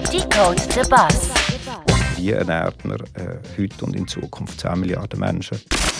Decode the Bus. Wie ernährt man heute und in Zukunft 10 Milliarden Menschen?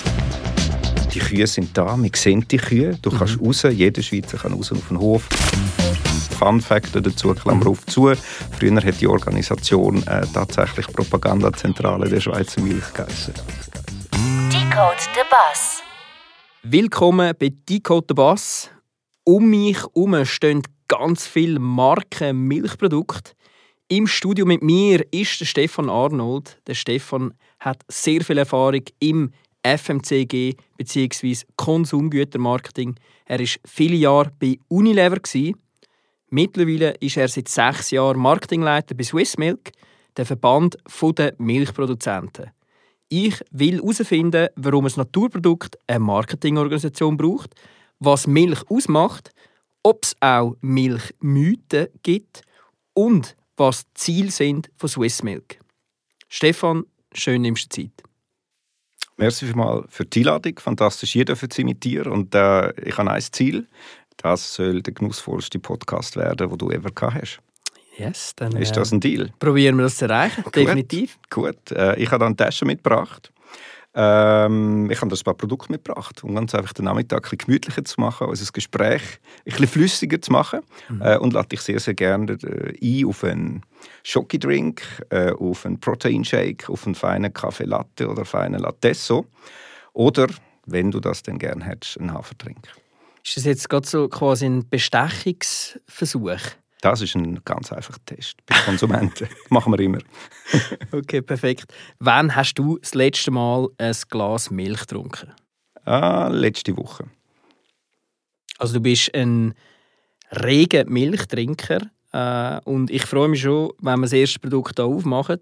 Die Kühe sind da, wir sehen die Kühe. Du kannst raus, jeder Schweizer kann raus auf den Hof. Fun Fact dazu, Klammer auf zu. Früher hat die Organisation tatsächlich Propagandazentrale der Schweizer Milch geheißen. Decode the Bus. Willkommen bei Decode the Bus. Um mich herum stehen ganz viele Marken Milchprodukte. Im Studio mit mir ist der Stefan Arnold. Der Stefan hat sehr viel Erfahrung im FMCG bzw. Konsumgütermarketing. Er war viele Jahre bei Unilever. Mittlerweile ist er seit 6 Jahren Marketingleiter bei Swissmilk, der Verband der Milchproduzenten. Ich will herausfinden, warum ein Naturprodukt eine Marketingorganisation braucht, was Milch ausmacht, ob es auch Milchmythen gibt und was die Ziele sind von Swissmilk. Stefan, schön nimmst du Zeit. Merci vielmals für die Einladung. Fantastisch, hier dürfen Sie mit dir. Und ich habe ein Ziel. Das soll der genussvollste Podcast werden, den du ever gehabt hast. Yes, dann ist das ein Deal? Probieren wir das zu erreichen, definitiv. Gut. Ich habe da eine Tasche mitgebracht. Ich habe ein paar Produkte mitgebracht, um ganz einfach den Nachmittag ein bisschen gemütlicher zu machen, unser Gespräch ein bisschen flüssiger zu machen. Und lade dich sehr, sehr gerne ein auf einen Schokidrink, auf einen Proteinshake, auf einen feinen Kaffee Latte oder feinen Lattesso. Oder, wenn du das dann gerne hättest, einen Haferdrink. Ist das jetzt gerade so quasi ein Bestechungsversuch? Das ist ein ganz einfacher Test bei Konsumenten. Machen wir immer. Okay, perfekt. Wann hast du das letzte Mal ein Glas Milch getrunken? Letzte Woche. Also du bist ein reger Milchtrinker. Und ich freue mich schon, wenn wir das erste Produkt hier aufmachen.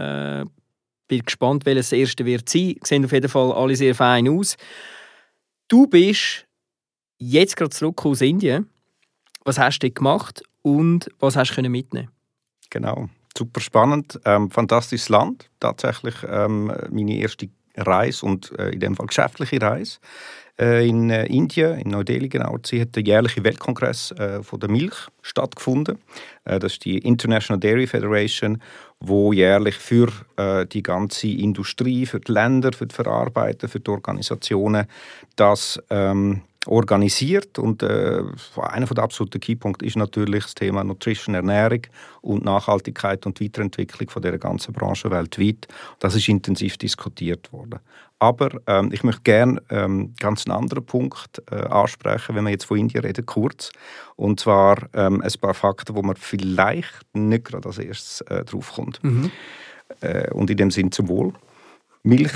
Bin gespannt, welches das erste wird sein. Sehen auf jeden Fall alle sehr fein aus. Du bist jetzt gerade zurück aus Indien. Was hast du dort gemacht und was hast du mitnehmen? Genau, super spannend. Fantastisches Land. Tatsächlich meine erste Reise und in dem Fall geschäftliche Reise. In Indien, in Neu-Delhi genau, hat der jährliche Weltkongress von der Milch stattgefunden. Das ist die International Dairy Federation, wo jährlich für die ganze Industrie, für die Länder, für die Verarbeiter, für die Organisationen das organisiert. Und einer der absoluten Keypunkte ist natürlich das Thema Nutrition, Ernährung und Nachhaltigkeit und Weiterentwicklung von dieser ganzen Branche weltweit. Das ist intensiv diskutiert worden. Aber ich möchte gerne ganz einen anderen Punkt ansprechen, wenn wir jetzt von Indien reden, kurz. Und zwar ein paar Fakten, wo man vielleicht nicht gerade als erstes draufkommt. Und in dem Sinn zum Wohl. Milch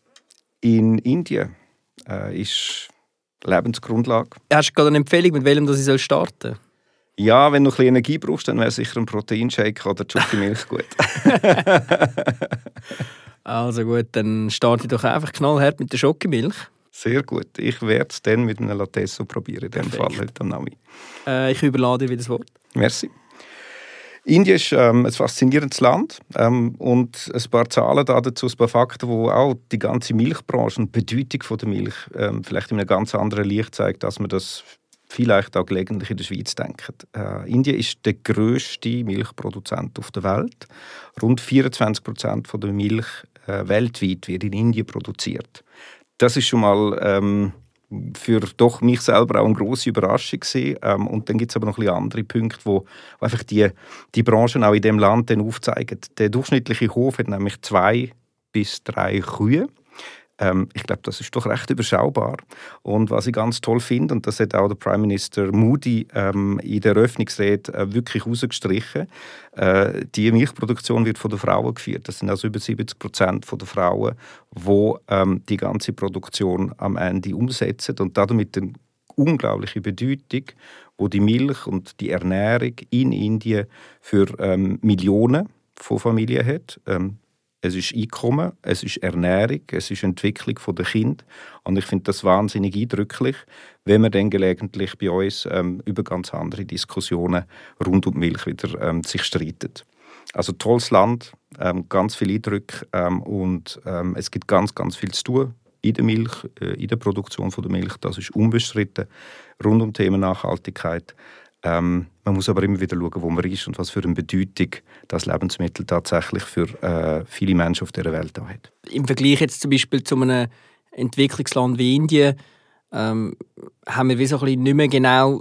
in Indien ist Lebensgrundlage. Hast du gerade eine Empfehlung, mit welchem ich starten soll? Ja, wenn du ein bisschen Energie brauchst, dann wäre sicher ein Proteinshake oder Schokimilch gut. Also gut, dann starte ich doch einfach knallhart mit der Schokimilch. Sehr gut. Ich werde es dann mit einem Lattesso probieren, in dem Fall heute am Nami. Ich überlade dir wieder das Wort. Merci. Indien ist ein faszinierendes Land und ein paar Zahlen dazu, ein paar Fakten, die auch die ganze Milchbranche und die Bedeutung der Milch vielleicht in einem ganz anderen Licht zeigt, als man das vielleicht auch gelegentlich in der Schweiz denkt. Indien ist der grösste Milchproduzent auf der Welt. Rund 24% der Milch weltweit wird in Indien produziert. Das ist schon mal für doch mich selber auch eine grosse Überraschung gewesen. Und dann gibt es aber noch ein bisschen andere Punkte, wo einfach die Branchen auch in diesem Land dann aufzeigen. Der durchschnittliche Hof hat nämlich 2 bis 3 Kühe. Ich glaube, das ist doch recht überschaubar. Und was ich ganz toll finde, und das hat auch der Prime Minister Modi in der Eröffnungsrede wirklich herausgestrichen, die Milchproduktion wird von den Frauen geführt. Das sind also über 70% der Frauen, die die ganze Produktion am Ende umsetzen. Und damit eine unglaubliche Bedeutung, wo die Milch und die Ernährung in Indien für Millionen von Familien hat. Es ist Einkommen, es ist Ernährung, es ist Entwicklung der Kinder. Und ich finde das wahnsinnig eindrücklich, wenn man dann gelegentlich bei uns über ganz andere Diskussionen rund um die Milch wieder sich streitet. Also tolles Land, ganz viele Eindrücke und es gibt ganz, ganz viel zu tun in der Milch, in der Produktion von der Milch. Das ist unbestritten, rund um Themen Nachhaltigkeit. Man muss aber immer wieder schauen, wo man ist und was für eine Bedeutung das Lebensmittel tatsächlich für viele Menschen auf dieser Welt hat. Im Vergleich jetzt zum Beispiel zu einem Entwicklungsland wie Indien haben wir wie so ein bisschen nicht mehr genau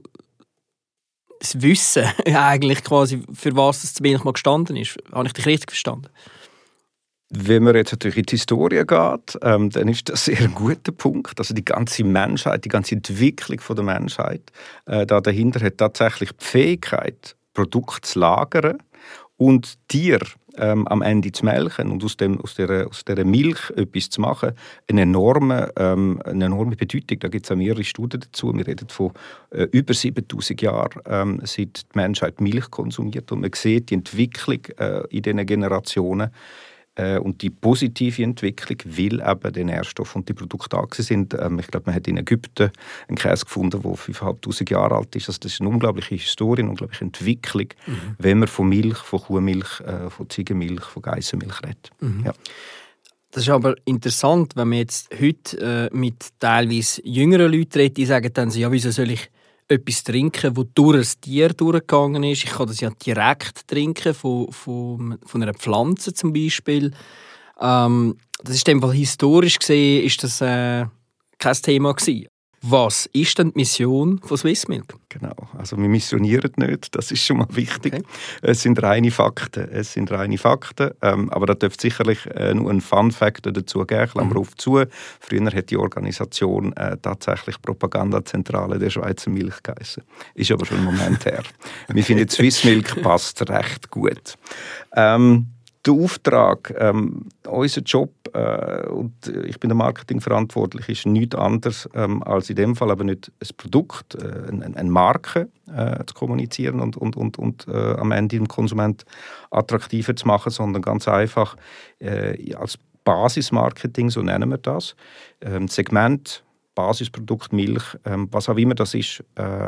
das Wissen eigentlich quasi, für was das Milch mal gestanden ist. Habe ich dich richtig verstanden? Wenn man jetzt natürlich in die Historie geht, dann ist das sehr ein guter Punkt. Also die ganze Menschheit, die ganze Entwicklung der Menschheit da dahinter hat tatsächlich die Fähigkeit, Produkte zu lagern und Tiere am Ende zu melken und aus dieser Milch etwas zu machen, eine enorme Bedeutung. Da gibt es auch mehrere Studien dazu. Wir reden von über 7000 Jahren, seit die Menschheit Milch konsumiert. Und man sieht die Entwicklung in diesen Generationen und die positive Entwicklung, weil eben der Nährstoff und die Produkte da sind. Ich glaube, man hat in Ägypten einen Käse gefunden, der 5500 Jahre alt ist. Also das ist eine unglaubliche Historie, eine unglaubliche Entwicklung, wenn man von Milch, von Kuhmilch, von Ziegenmilch, von Geissenmilch redet. Ja. Das ist aber interessant, wenn man jetzt heute mit teilweise jüngeren Leuten redet, die sagen dann so, ja, wieso soll ich etwas trinken, das durch ein Tier durchgegangen ist. Ich kann das ja direkt trinken, von einer Pflanze zum Beispiel. Das ist in dem Fall historisch gesehen, ist das kein Thema gewesen. Was ist denn die Mission von Swissmilk? Genau, also wir missionieren nicht, das ist schon mal wichtig. Okay. Es sind reine Fakten, aber da dürfte sicherlich nur ein Fun-Fact dazu geben, Klammer auf zu. Früher hat die Organisation tatsächlich Propagandazentrale der Schweizer Milch geheissen. Ist aber schon ein Moment her. Wir finden, Swissmilk passt recht gut. Der Auftrag, unser Job, und ich bin der Marketingverantwortliche, ist nichts anderes als in dem Fall aber nicht ein Produkt, eine Marke zu kommunizieren und am Ende den Konsument attraktiver zu machen, sondern ganz einfach als Basismarketing, so nennen wir das, Segment, Basisprodukt Milch, was auch immer das ist,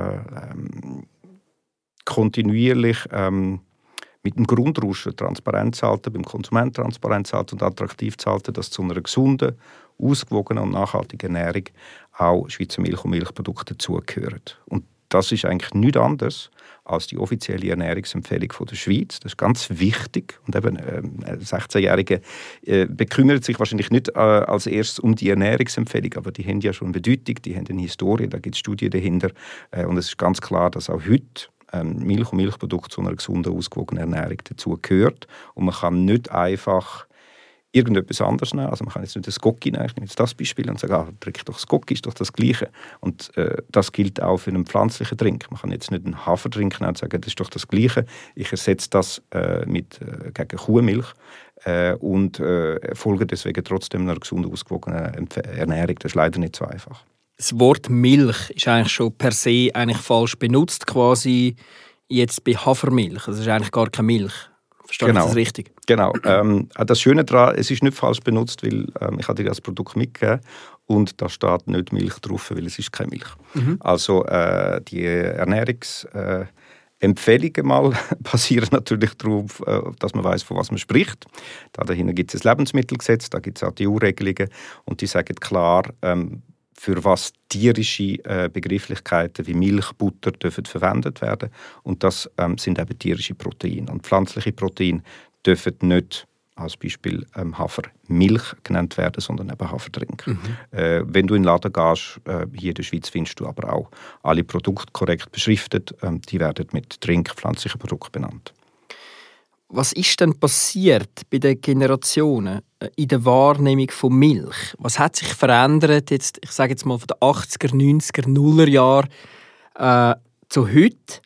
kontinuierlich mit dem Grundrauschen Transparenz halten, beim Konsument Transparenz halten und attraktiv zu halten, dass zu einer gesunden, ausgewogenen und nachhaltigen Ernährung auch Schweizer Milch und Milchprodukte dazugehören. Und das ist eigentlich nichts anderes als die offizielle Ernährungsempfehlung der Schweiz. Das ist ganz wichtig. Und eben, 16-Jährige bekümmern sich wahrscheinlich nicht als erstes um die Ernährungsempfehlung, aber die haben ja schon eine Bedeutung, die haben eine Historie, da gibt es Studien dahinter. Und es ist ganz klar, dass auch heute Milch und Milchprodukte zu einer gesunden, ausgewogenen Ernährung dazu gehört. Und man kann nicht einfach irgendetwas anderes nehmen. Also man kann jetzt nicht das Gocki nehmen, ich nehme jetzt das Beispiel und sage, trink doch das Gocki, ist doch das Gleiche. Und das gilt auch für einen pflanzlichen Trink. Man kann jetzt nicht einen Hafertrink nehmen und sagen, das ist doch das Gleiche. Ich ersetze das gegen Kuhmilch und folge deswegen trotzdem einer gesunden, ausgewogenen Ernährung. Das ist leider nicht so einfach. Das Wort Milch ist eigentlich schon per se eigentlich falsch benutzt, quasi jetzt bei Hafermilch. Das ist eigentlich gar keine Milch. Verstehe ich das richtig? Genau. Das Schöne daran, es ist nicht falsch benutzt, weil ich habe dir das Produkt mitgegeben und da steht nicht Milch drauf, weil es ist keine Milch. Also die Ernährungsempfehlungen mal basieren natürlich darauf, dass man weiß, von was man spricht. Dahinter gibt es das Lebensmittelgesetz, da gibt es auch die EU-Regelungen und die sagen klar, für was tierische Begrifflichkeiten wie Milch, Butter dürfen verwendet werden. Und das sind eben tierische Proteine. Und pflanzliche Proteine dürfen nicht als Beispiel Hafermilch genannt werden, sondern eben Hafertrink. Wenn du in den Laden gehst, hier in der Schweiz findest du aber auch alle Produkte korrekt beschriftet. Die werden mit Trink pflanzliche Produkte benannt. Was ist denn passiert bei den Generationen in der Wahrnehmung von Milch? Was hat sich verändert, jetzt, ich sage jetzt mal von den 80er, 90er, 0er Jahren zu heute?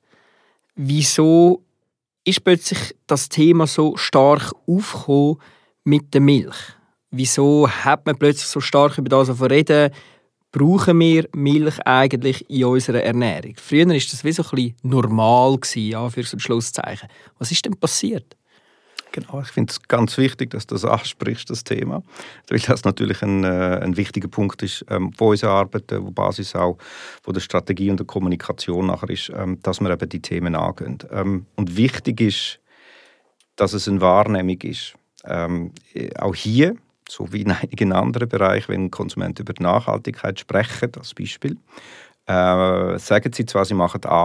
Wieso ist plötzlich das Thema so stark aufgekommen mit der Milch? Wieso hat man plötzlich so stark über das reden? Brauchen wir Milch eigentlich in unserer Ernährung? Früher war das wie so ein bisschen normal, ja, für so ein Schlusszeichen. Was ist denn passiert? Genau, ich finde es ganz wichtig, dass du das ansprichst, das Thema. Weil das natürlich ein wichtiger Punkt ist, wo unsere Arbeit, wo Basis auch von der Strategie und der Kommunikation nachher ist, dass wir eben die Themen angehen. Und wichtig ist, dass es eine Wahrnehmung ist. Auch hier, so wie in einigen anderen Bereichen, wenn Konsumenten über Nachhaltigkeit sprechen, als Beispiel, sagen sie zwar, sie machen A,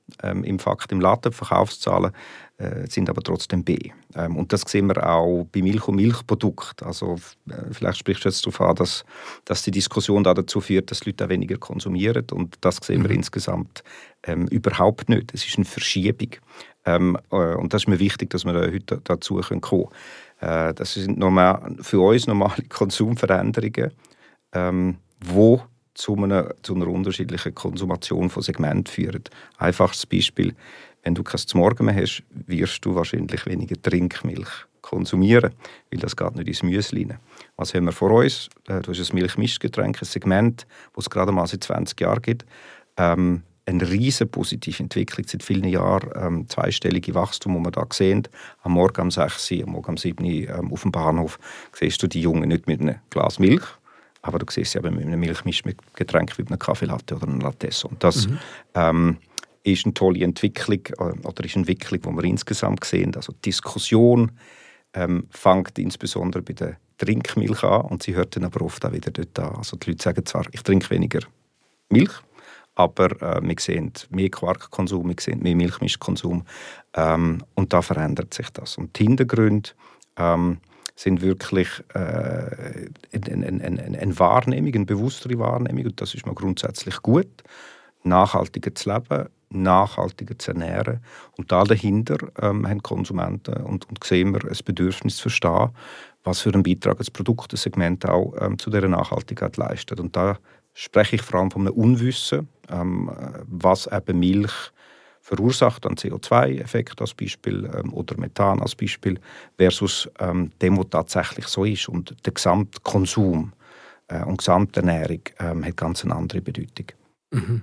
im Fakt, im Laden, Verkaufszahlen sind aber trotzdem B. Und das sehen wir auch bei Milch und Milchprodukten. Also vielleicht sprichst du jetzt darauf an, dass die Diskussion dazu führt, dass die Leute auch weniger konsumieren. Und das sehen wir insgesamt überhaupt nicht. Es ist eine Verschiebung. Und das ist mir wichtig, dass wir heute dazu kommen können. Das sind für uns normale Konsumveränderungen, die zu einer unterschiedlichen Konsumation von Segmenten führen. Einfaches Beispiel: Wenn du kein Morgen mehr hast, wirst du wahrscheinlich weniger Trinkmilch konsumieren, weil das geht nicht ins Müsli rein. Was haben wir vor uns? Du hast ein Milchmischgetränk, ein Segment, das es gerade mal seit 20 Jahren gibt. Eine riesen positive Entwicklung seit vielen Jahren, zweistellige Wachstum, das wir da sehen. Am Morgen um 6 Uhr, am Morgen um 7 Uhr auf dem Bahnhof siehst du die Jungen nicht mit einem Glas Milch, aber du siehst sie eben mit einem Milchmischgetränk wie einem Kaffee Latte oder einem Latte. Und das ist eine tolle Entwicklung, oder ist eine Entwicklung, die wir insgesamt sehen. Also die Diskussion fängt insbesondere bei der Trinkmilch an und sie hört dann aber oft auch wieder dort an. Also die Leute sagen zwar, ich trinke weniger Milch, aber wir sehen mehr Quarkkonsum, wir sehen mehr Milchmischkonsum und da verändert sich das. Und die Hintergründe sind wirklich eine Wahrnehmung, eine bewusstere Wahrnehmung, und das ist mal grundsätzlich gut, nachhaltiger zu leben, nachhaltiger zu ernähren. Und da dahinter haben Konsumenten und sehen wir ein Bedürfnis zu verstehen, was für einen Beitrag das Produkt, das Segment auch zu dieser Nachhaltigkeit leistet. Und da spreche ich vor allem von einem Unwissen, was eben Milch verursacht an CO2-Effekt als Beispiel oder Methan als Beispiel versus dem, was tatsächlich so ist. Und der Gesamtkonsum und Gesamternährung hat ganz eine andere Bedeutung. Mhm.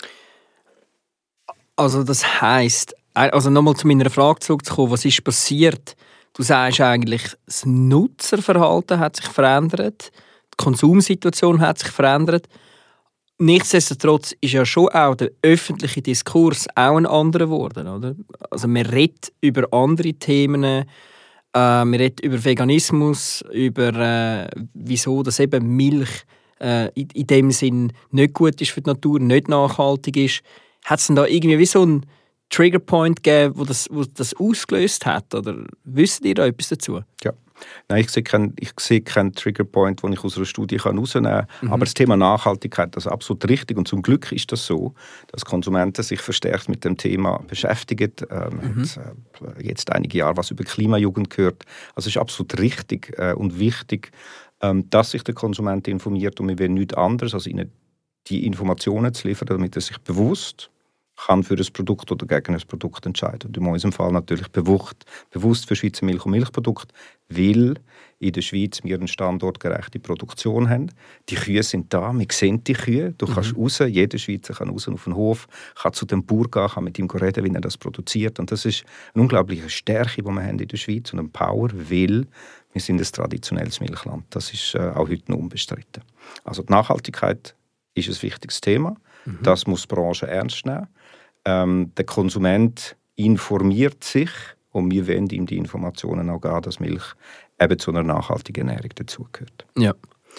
Also das heisst, also nochmal zu meiner Frage zurückzukommen, was ist passiert? Du sagst eigentlich, das Nutzerverhalten hat sich verändert, die Konsumsituation hat sich verändert. Nichtsdestotrotz ist ja schon auch der öffentliche Diskurs auch ein anderer geworden, oder? Also man redet über andere Themen, man redet über Veganismus, über wieso das eben Milch in dem Sinn nicht gut ist für die Natur, nicht nachhaltig ist. Hat es denn da irgendwie wie so einen Triggerpoint gegeben, wo das ausgelöst hat? Oder wisst ihr da etwas dazu? Ja. Nein, ich sehe keinen Triggerpoint, den ich aus einer Studie herausnehmen kann. Aber das Thema Nachhaltigkeit, das ist absolut richtig. Und zum Glück ist das so, dass Konsumenten sich verstärkt mit dem Thema beschäftigen. Hat jetzt einige Jahre was über Klimajugend gehört. Also es ist absolut richtig und wichtig, dass sich der Konsument informiert. Und wir wollen nichts anderes, als ihnen die Informationen zu liefern, damit er sich bewusst kann für ein Produkt oder gegen ein Produkt entscheiden. Und in unserem Fall natürlich bewusst für Schweizer Milch und Milchprodukte, weil in der Schweiz wir eine standortgerechte Produktion haben. Die Kühe sind da, wir sehen die Kühe. Du kannst raus, jeder Schweizer kann raus auf den Hof, kann zu dem Bauern gehen, kann mit ihm reden, wie er das produziert. Und das ist eine unglaubliche Stärke, die wir haben in der Schweiz und ein Power, weil wir sind ein traditionelles Milchland. Das ist auch heute noch unbestritten. Also die Nachhaltigkeit ist ein wichtiges Thema. Das muss die Branche ernst nehmen. Der Konsument informiert sich und wir wollen ihm die Informationen auch geben, dass Milch eben zu einer nachhaltigen Ernährung dazugehört. Ja.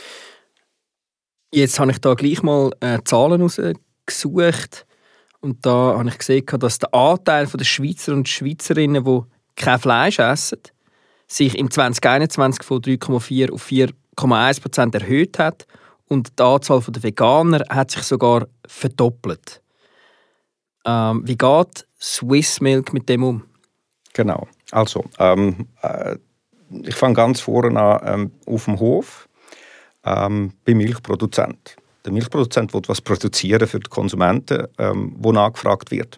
Jetzt habe ich da gleich mal Zahlen rausgesucht und da habe ich gesehen, dass der Anteil der Schweizer und Schweizerinnen, die kein Fleisch essen, sich im 2021 von 3,4 auf 4,1% erhöht hat. Und die Anzahl der Veganer hat sich sogar verdoppelt. Wie geht Swiss Milk mit dem um? Genau. Also, ich fange ganz vorne an auf dem Hof beim Milchproduzent. Der Milchproduzent will was produzieren für die Konsumenten, wo nachgefragt wird.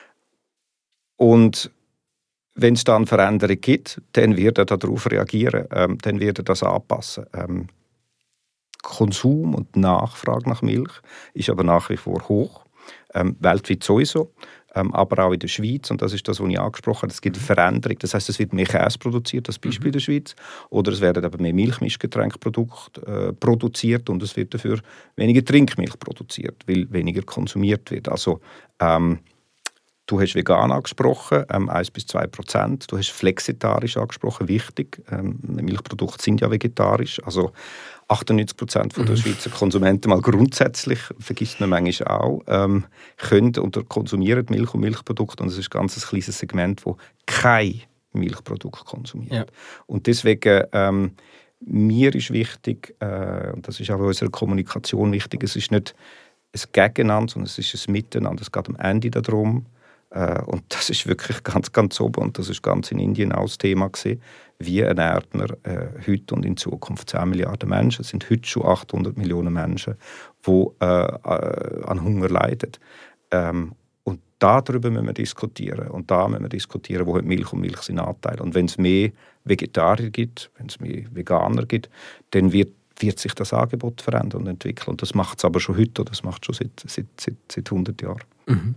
Und wenn es dann Veränderungen gibt, dann wird er darauf reagieren, dann wird er das anpassen. Konsum und Nachfrage nach Milch ist aber nach wie vor hoch, weltweit sowieso, aber auch in der Schweiz, und das ist das, was ich angesprochen habe, es gibt eine Veränderung, das heisst, es wird mehr Käse produziert, das Beispiel in der Schweiz, oder es werden aber mehr Milchmischgetränkprodukte produziert und es wird dafür weniger Trinkmilch produziert, weil weniger konsumiert wird. Also Du hast vegan angesprochen, 1-2%. Du hast flexitarisch angesprochen, wichtig. Milchprodukte sind ja vegetarisch. Also 98% der Schweizer Konsumenten, mal grundsätzlich, vergisst man manchmal auch, können oder konsumieren Milch und Milchprodukte. Und es ist ein ganz kleines Segment, das kein Milchprodukt konsumiert. Ja. Und deswegen, mir ist wichtig, und das ist auch in unserer Kommunikation wichtig, es ist nicht ein Gegeneinander, sondern es ist ein Miteinander. Es geht am Ende darum, und das ist wirklich ganz, ganz oben, und das ist ganz in Indien auch das Thema gewesen, wie ernährt man heute und in Zukunft 10 Milliarden Menschen. Es sind heute schon 800 Millionen Menschen, die an Hunger leiden. Und darüber müssen wir diskutieren. Und da müssen wir diskutieren, wo hat Milch und Milch seinen Anteil. Und wenn es mehr Vegetarier gibt, wenn es mehr Veganer gibt, dann wird sich das Angebot verändern und entwickeln. Und das macht es aber schon heute, das macht es schon seit 100 Jahren. Mhm.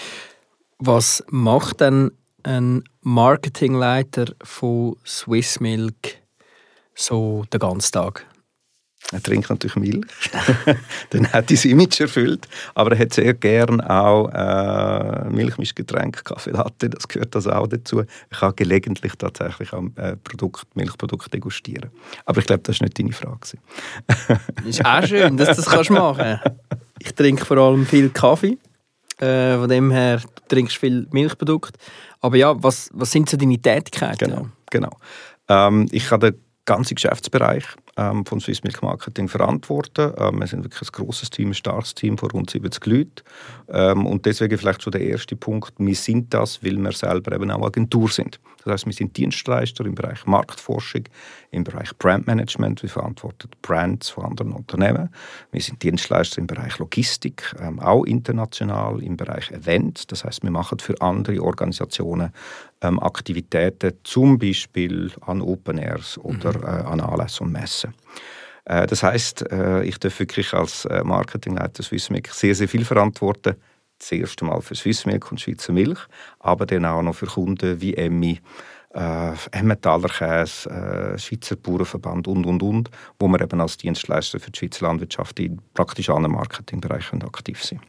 Was macht denn ein Marketingleiter von Swiss Milk so den ganzen Tag? Er trinkt natürlich Milch, dann hat er das Image erfüllt, aber er hat sehr gern auch Milchmischgetränke, Kaffee Latte, das gehört also auch dazu. Ich kann gelegentlich tatsächlich auch Milchprodukte degustieren. Aber ich glaube, das war nicht deine Frage. Ist auch schön, dass du das machen kannst. Ich trinke vor allem viel Kaffee, von dem her, du trinkst viel Milchprodukte. Aber ja, was sind so deine Tätigkeiten? Genau. Ich habe den ganzen Geschäftsbereich von Swiss Milk Marketing verantworten. Wir sind wirklich ein grosses Team, ein starkes Team von rund 70 Leuten. Und deswegen vielleicht schon der erste Punkt, wir sind das, weil wir selber eben auch Agentur sind. Das heisst, wir sind Dienstleister im Bereich Marktforschung, im Bereich Brandmanagement. Wir verantworten Brands von anderen Unternehmen. Wir sind Dienstleister im Bereich Logistik, auch international, im Bereich Events. Das heisst, wir machen für andere Organisationen Aktivitäten, zum Beispiel an Open Airs oder an Anlässen und Messen. Das heisst, ich darf wirklich als Marketingleiter Swiss Milk sehr, sehr viel verantworten. Das erste Mal für Swiss Milk und Schweizer Milch, aber dann auch noch für Kunden wie Emmi, Emmentaler Käse, Schweizer Bauernverband und, wo wir eben als Dienstleister für die Schweizer Landwirtschaft in praktisch allen Marketingbereichen aktiv sind.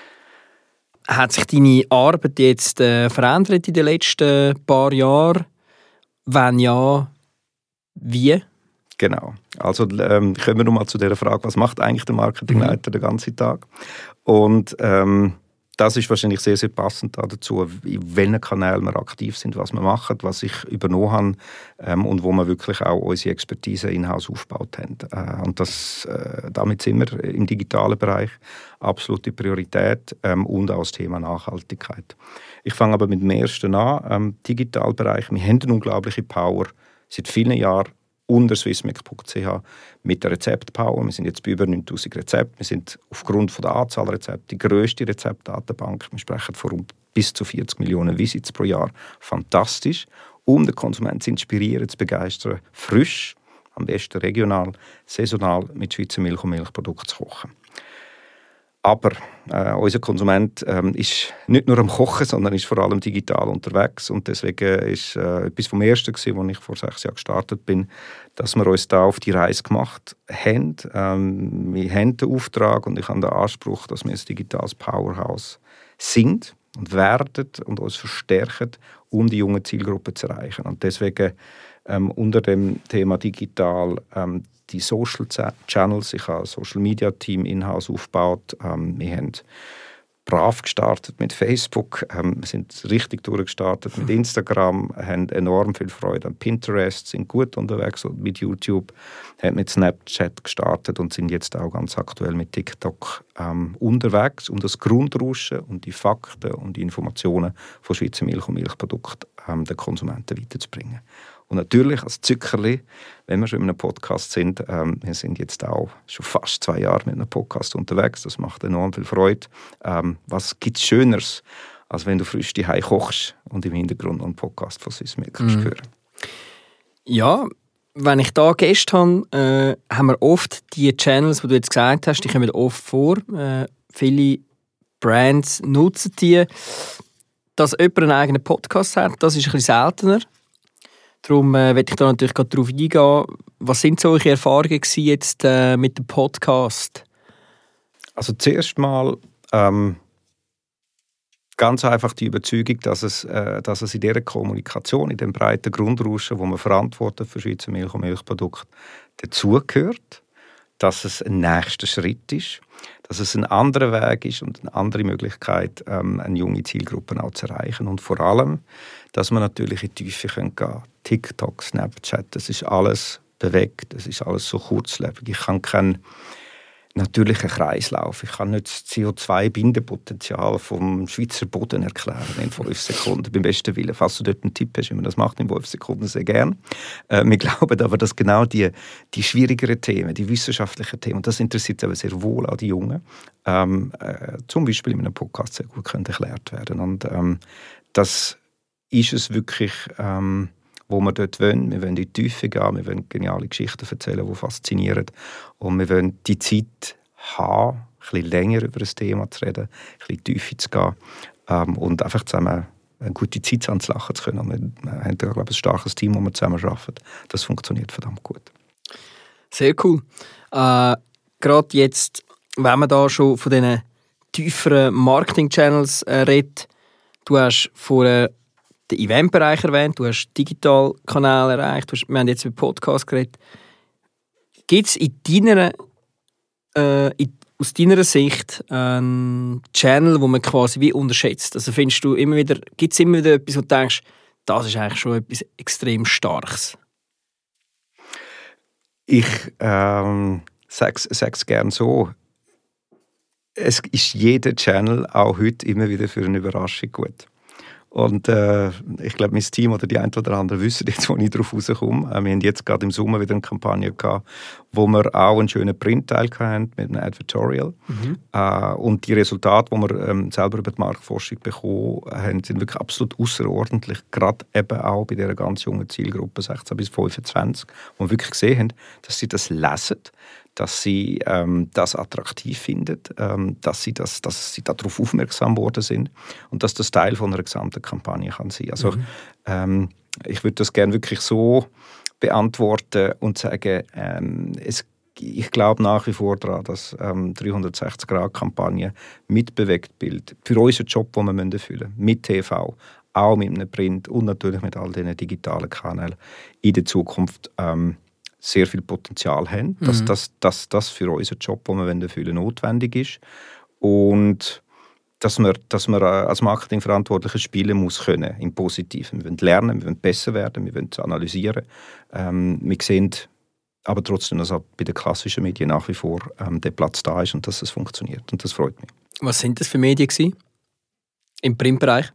Hat sich deine Arbeit jetzt verändert in den letzten paar Jahren? Wenn ja, wie? Genau. Also kommen wir nochmal zu der Frage, was macht eigentlich der Marketingleiter den ganzen Tag? Und das ist wahrscheinlich sehr, sehr passend dazu, in welchen Kanälen wir aktiv sind, was wir machen, was ich übernommen habe und wo wir wirklich auch unsere Expertise in-house aufgebaut haben. Und damit sind wir im digitalen Bereich absolute Priorität und auch das Thema Nachhaltigkeit. Ich fange aber mit dem ersten an, Digitalbereich. Wir haben eine unglaubliche Power seit vielen Jahren unter swissmilk.ch mit der Rezeptpower. Wir sind jetzt bei über 9000 Rezepten. Wir sind aufgrund der Anzahl Rezepte die grösste Rezeptdatenbank. Wir sprechen von bis zu 40 Millionen Visits pro Jahr. Fantastisch. Um den Konsumenten zu inspirieren, zu begeistern, frisch, am besten regional, saisonal mit Schweizer Milch und Milchprodukten zu kochen. Aber unser Konsument ist nicht nur am Kochen, sondern ist vor allem digital unterwegs. Und deswegen ist etwas vom Ersten, als ich vor 6 Jahren gestartet bin, dass wir uns da auf die Reise gemacht haben. Wir haben den Auftrag und ich habe den Anspruch, dass wir ein digitales Powerhouse sind und werden und uns verstärken, um die junge Zielgruppe zu erreichen. Und deswegen unter dem Thema digital die Social Channels. Ich habe ein Social Media Team in-house aufgebaut. Wir haben brav gestartet mit Facebook, wir sind richtig durchgestartet mit Instagram, haben enorm viel Freude an Pinterest, sind gut unterwegs mit YouTube, haben mit Snapchat gestartet und sind jetzt auch ganz aktuell mit TikTok unterwegs, um das Grundrauschen und die Fakten und die Informationen von Schweizer Milch und Milchprodukten den Konsumenten weiterzubringen. Und natürlich als Zückerli, wenn wir schon in einem Podcast sind, wir sind jetzt auch schon fast 2 Jahre mit einem Podcast unterwegs, das macht enorm viel Freude. Was gibt es Schöneres, als wenn du frisch zu Hause kochst und im Hintergrund noch einen Podcast von Swiss Milk hören? Ja, wenn ich da Gäste habe, haben wir oft die Channels, die du jetzt gesagt hast, die kommen oft vor. Viele Brands nutzen die. Dass jemand einen eigenen Podcast hat, das ist ein bisschen seltener. Darum möchte ich da natürlich gerade darauf eingehen. Was sind solche Erfahrungen jetzt mit dem Podcast? Also zuerst mal Ganz einfach die Überzeugung, dass es in dieser Kommunikation, in dem breiten Grundrauschen, wo man verantwortet für Schweizer Milch und Milchprodukte, dazugehört, dass es ein nächster Schritt ist, dass es ein anderer Weg ist und eine andere Möglichkeit, eine junge Zielgruppe auch zu erreichen. Und vor allem, dass man natürlich in die Tiefe gehen kann. TikTok, Snapchat, das ist alles bewegt, das ist alles so kurzlebig. Ich kann keinen natürlichen Kreislauf, ich kann nicht das CO2-Bindepotenzial vom Schweizer Boden erklären in 5 Sekunden, beim besten Willen. Falls du dort einen Tipp hast, wie man das macht in 5 Sekunden, sehr gern. Wir glauben aber, dass genau die schwierigeren Themen, die wissenschaftlichen Themen, und das interessiert aber sehr wohl auch die Jungen, zum Beispiel in einem Podcast sehr gut können erklärt werden. Und das ist es wirklich, wo wir dort wollen. Wir wollen in die Tiefe gehen, wir wollen geniale Geschichten erzählen, die faszinieren. Und wir wollen die Zeit haben, ein bisschen länger über das Thema zu reden, ein bisschen in die Tiefe zu gehen und einfach zusammen eine gute Zeit anzulachen zu können. Und wir haben, glaube ich, ein starkes Team, das wir zusammen arbeiten. Das funktioniert verdammt gut. Sehr cool. Gerade jetzt, wenn man da schon von diesen tieferen Marketing-Channels redet, du hast vorher den Eventbereich erwähnt, du hast Digitalkanäle erreicht, wir haben jetzt über Podcasts geredet. Gibt es aus deiner Sicht einen Channel, wo man quasi wie unterschätzt? Also gibt es immer wieder etwas, wo du denkst, das ist eigentlich schon etwas extrem Starkes? Ich sag's gerne so. Es ist jeder Channel auch heute immer wieder für eine Überraschung gut. Und ich glaube, mein Team oder die ein oder andere wissen jetzt, wo ich darauf rauskomme. Wir haben jetzt gerade im Sommer wieder eine Kampagne gehabt, wo wir auch einen schönen Printteil hatten mit einem Advertorial. Und die Resultate, die wir selber über die Marktforschung bekommen haben, sind wirklich absolut außerordentlich. Gerade eben auch bei dieser ganz jungen Zielgruppe 16 bis 25, wo wir wirklich gesehen haben, dass sie das lesen, dass sie das attraktiv finden, dass sie darauf aufmerksam worden sind und dass das Teil von einer gesamten Kampagne kann sein. Also ich würde das gerne wirklich so beantworten und sagen, ich glaube nach wie vor daran, dass 360-Grad-Kampagne mit Bewegtbild für unseren Job, den wir erfüllen müssen, mit TV, auch mit einem Print und natürlich mit all diesen digitalen Kanälen in der Zukunft sehr viel Potenzial haben, dass das für unseren Job, den wir erfüllen, notwendig ist und dass man als Marketingverantwortliche spielen muss können, im Positiven. Wir wollen lernen, wir wollen besser werden, wir wollen analysieren. Wir sehen aber trotzdem, dass auch bei den klassischen Medien nach wie vor der Platz da ist und dass es funktioniert. Und das freut mich. Was sind das für Medien gewesen? Im Printbereich?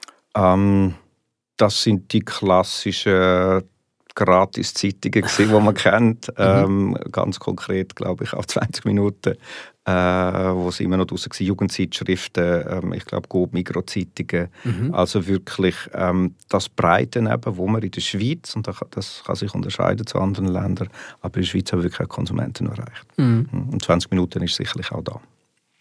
Das sind die klassischen Gratis-Zeitungen, die man kennt. Ganz konkret, glaube ich, auf 20 Minuten, wo sie immer noch draussen waren. Jugendzeitschriften, ich glaube, Coop, Migros-Zeitungen. Also wirklich das Breite, wo man in der Schweiz, und das kann sich unterscheiden zu anderen Ländern, aber in der Schweiz haben wir wirklich auch Konsumenten erreicht. Und 20 Minuten ist sicherlich auch da.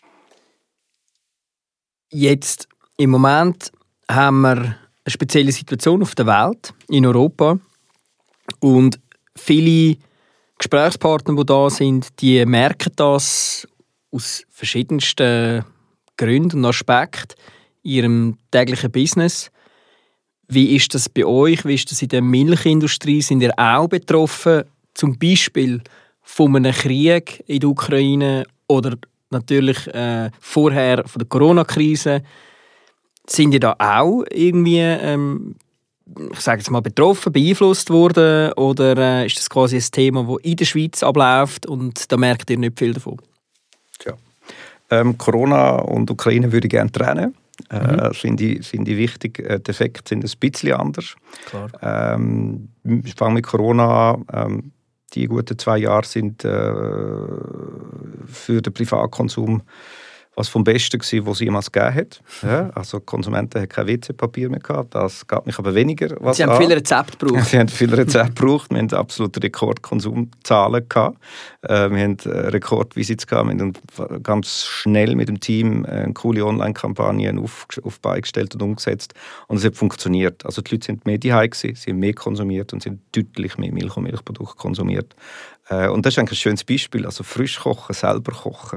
Jetzt, im Moment, haben wir eine spezielle Situation auf der Welt, in Europa. Und viele Gesprächspartner, die da sind, die merken das aus verschiedensten Gründen und Aspekten in ihrem täglichen Business. Wie ist das bei euch? Wie ist das in der Milchindustrie? Sind ihr auch betroffen, zum Beispiel von einem Krieg in der Ukraine oder natürlich vorher von der Corona-Krise? Sind ihr da auch irgendwie ich sage jetzt mal, betroffen, beeinflusst worden? Oder ist das quasi ein Thema, das in der Schweiz abläuft und da merkt ihr nicht viel davon? Ja. Corona und Ukraine würde ich gerne trennen. Finde ich wichtig. Die Effekte sind ein bisschen anders. Klar. Ich fange mit Corona an. Die guten 2 Jahre sind für den Privatkonsum was vom Besten war, was es jemals gegeben hat. Ja, also die Konsumenten hatten kein WC-Papier mehr gehabt. Das gab mich aber weniger. Sie haben viele Rezepte gebraucht. Sie haben viele Rezepte gebraucht. Wir hatten absolute Rekordkonsumzahlen gehabt. Wir hatten Rekordvisits gehabt. Wir haben ganz schnell mit dem Team eine coole Online-Kampagne auf beigestellt und umgesetzt. Und es hat funktioniert. Also die Leute sind mehr daheim gewesen, sie haben mehr konsumiert und sind deutlich mehr Milch und Milchprodukte konsumiert. Und das ist eigentlich ein schönes Beispiel. Also frisch kochen, selber kochen.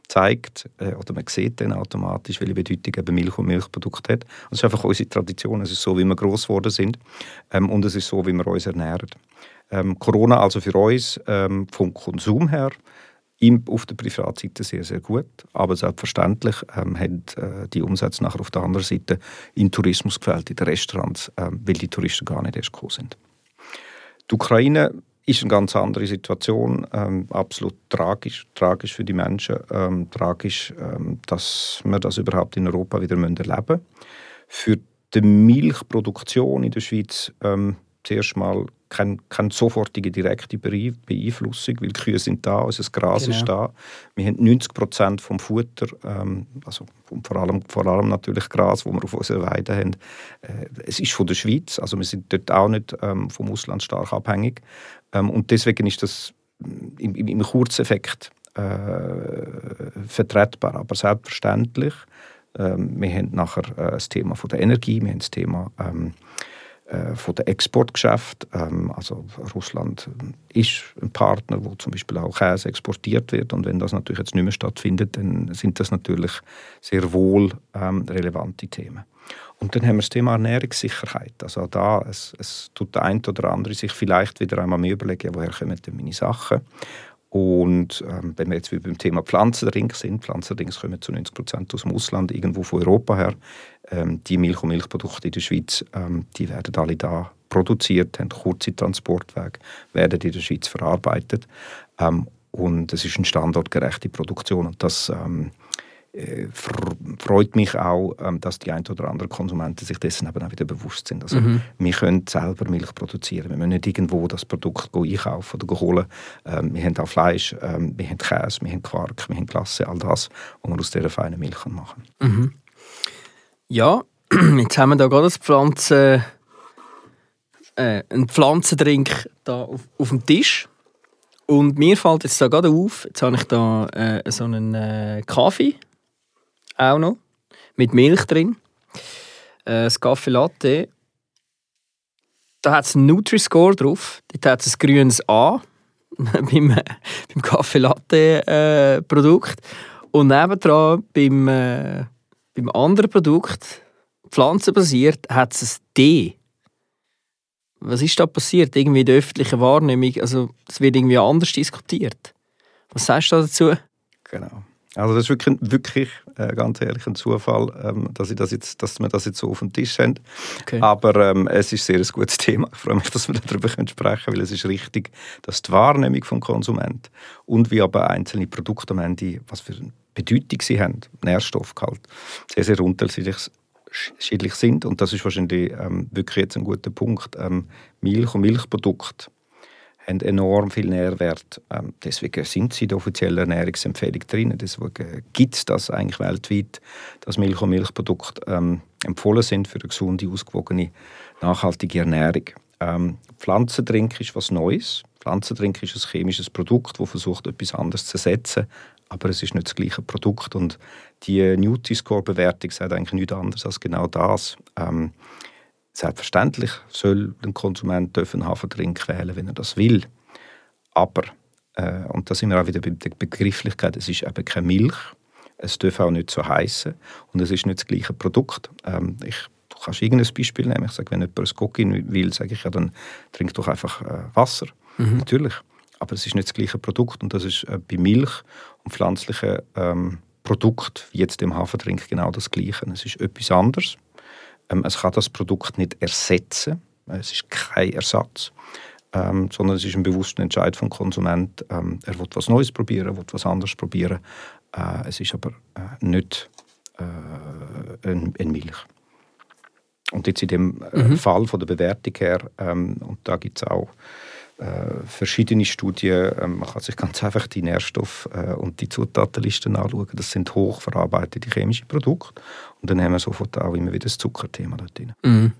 zeigt, oder man sieht dann automatisch, welche Bedeutung eben Milch und Milchprodukte hat. Und es ist einfach unsere Tradition, es ist so, wie wir gross geworden sind und es ist so, wie wir uns ernähren. Corona also für uns vom Konsum her auf der Privatseite sehr, sehr gut, aber selbstverständlich haben die Umsätze nachher auf der anderen Seite im Tourismus gefällt, in den Restaurants, weil die Touristen gar nicht erst gekommen sind. Die Ukraine ist eine ganz andere Situation, absolut tragisch für die Menschen, tragisch, dass wir das überhaupt in Europa wieder erleben müssen. Für die Milchproduktion in der Schweiz zuerst mal keine sofortige direkte Beeinflussung, weil die Kühe sind da, unser Gras ist da. Wir haben 90% vom Futter, also vor allem natürlich Gras, das wir auf unserer Weide haben. Es ist von der Schweiz, also wir sind dort auch nicht vom Ausland stark abhängig. Und deswegen ist das im Kurzeffekt vertretbar. Aber selbstverständlich, wir haben nachher das Thema von der Energie, wir haben das Thema von den Exportgeschäften. Also Russland ist ein Partner, wo zum Beispiel auch Käse exportiert wird. Und wenn das natürlich jetzt nicht mehr stattfindet, dann sind das natürlich sehr wohl relevante Themen. Und dann haben wir das Thema Ernährungssicherheit. Also da, es tut der eine oder andere sich vielleicht wieder einmal mehr überlegen, woher kommen denn meine Sachen. Und wenn wir jetzt wie beim Thema Pflanzendrinks sind, Pflanzendrinks kommen zu 90% aus dem Ausland, irgendwo von Europa her. Die Milch und Milchprodukte in der Schweiz, die werden alle da produziert, haben kurze Transportwege, werden in der Schweiz verarbeitet. Und es ist eine standortgerechte Produktion. Und das freut mich auch, dass die ein oder anderen Konsumenten sich dessen eben auch wieder bewusst sind. Also, wir können selber Milch produzieren. Wir müssen nicht irgendwo das Produkt einkaufen oder holen. Wir haben auch Fleisch, wir haben Käse, wir haben Quark, wir haben Glasse, all das, was wir aus dieser feinen Milch machen können. Ja, jetzt haben wir da gerade einen Pflanzendrink da auf dem Tisch. Und mir fällt jetzt da gerade auf, jetzt habe ich da so einen Kaffee, auch noch, mit Milch drin. Das Kaffee Latte. Da hat es einen Nutri-Score drauf. Dort hat es ein grünes A beim Kaffee Latte Produkt. Und nebendran beim anderen Produkt, pflanzenbasiert, hat es ein D. Was ist da passiert? Irgendwie in der öffentlichen Wahrnehmung, also es wird irgendwie anders diskutiert. Was sagst du dazu? Genau. Also das ist wirklich ganz ehrlich ein Zufall, dass wir das jetzt so auf dem Tisch haben. Okay. Aber es ist sehr ein gutes Thema. Ich freue mich, dass wir darüber sprechen können, weil es ist richtig, dass die Wahrnehmung vom Konsument und wie aber einzelne Produkte am Ende, was für eine Bedeutung sie haben, Nährstoffgehalt, sehr, sehr unterschiedlich sind. Und das ist wahrscheinlich wirklich jetzt ein guter Punkt. Milch und Milchprodukte haben enorm viel Nährwert. Deswegen sind sie in der offiziellen Ernährungsempfehlung drin. Deswegen gibt es das eigentlich weltweit, dass Milch und Milchprodukte empfohlen sind für eine gesunde, ausgewogene, nachhaltige Ernährung. Pflanzendrink ist was Neues. Pflanzendrink ist ein chemisches Produkt, das versucht, etwas anderes zu ersetzen. Aber es ist nicht das gleiche Produkt. Und die Nutri-Score-Bewertung sagt eigentlich nichts anderes als genau das. Selbstverständlich soll ein Konsument einen Haferdrink wählen, wenn er das will. Aber, und da sind wir auch wieder bei der Begrifflichkeit, es ist eben keine Milch, es darf auch nicht so heissen und es ist nicht das gleiche Produkt. Du kannst irgendein Beispiel nehmen. Ich sage, wenn jemand ein Gockin will, sage ich, ja, dann trink doch einfach Wasser. Natürlich. Aber es ist nicht das gleiche Produkt und das ist bei Milch und pflanzlichen Produkten, wie jetzt dem Haferdrink, genau das Gleiche. Es ist etwas anderes. Es kann das Produkt nicht ersetzen. Es ist kein Ersatz. Sondern es ist ein bewusster Entscheid vom Konsument. Er will was Neues probieren, er will was anderes probieren. Es ist aber nicht eine Milch. Und jetzt in dem Fall von der Bewertung her, und da gibt es auch verschiedene Studien, man kann sich ganz einfach die Nährstoffe und die Zutatenlisten anschauen. Das sind hochverarbeitete chemische Produkte. Und dann haben wir sofort auch immer wieder das Zuckerthema dort drin.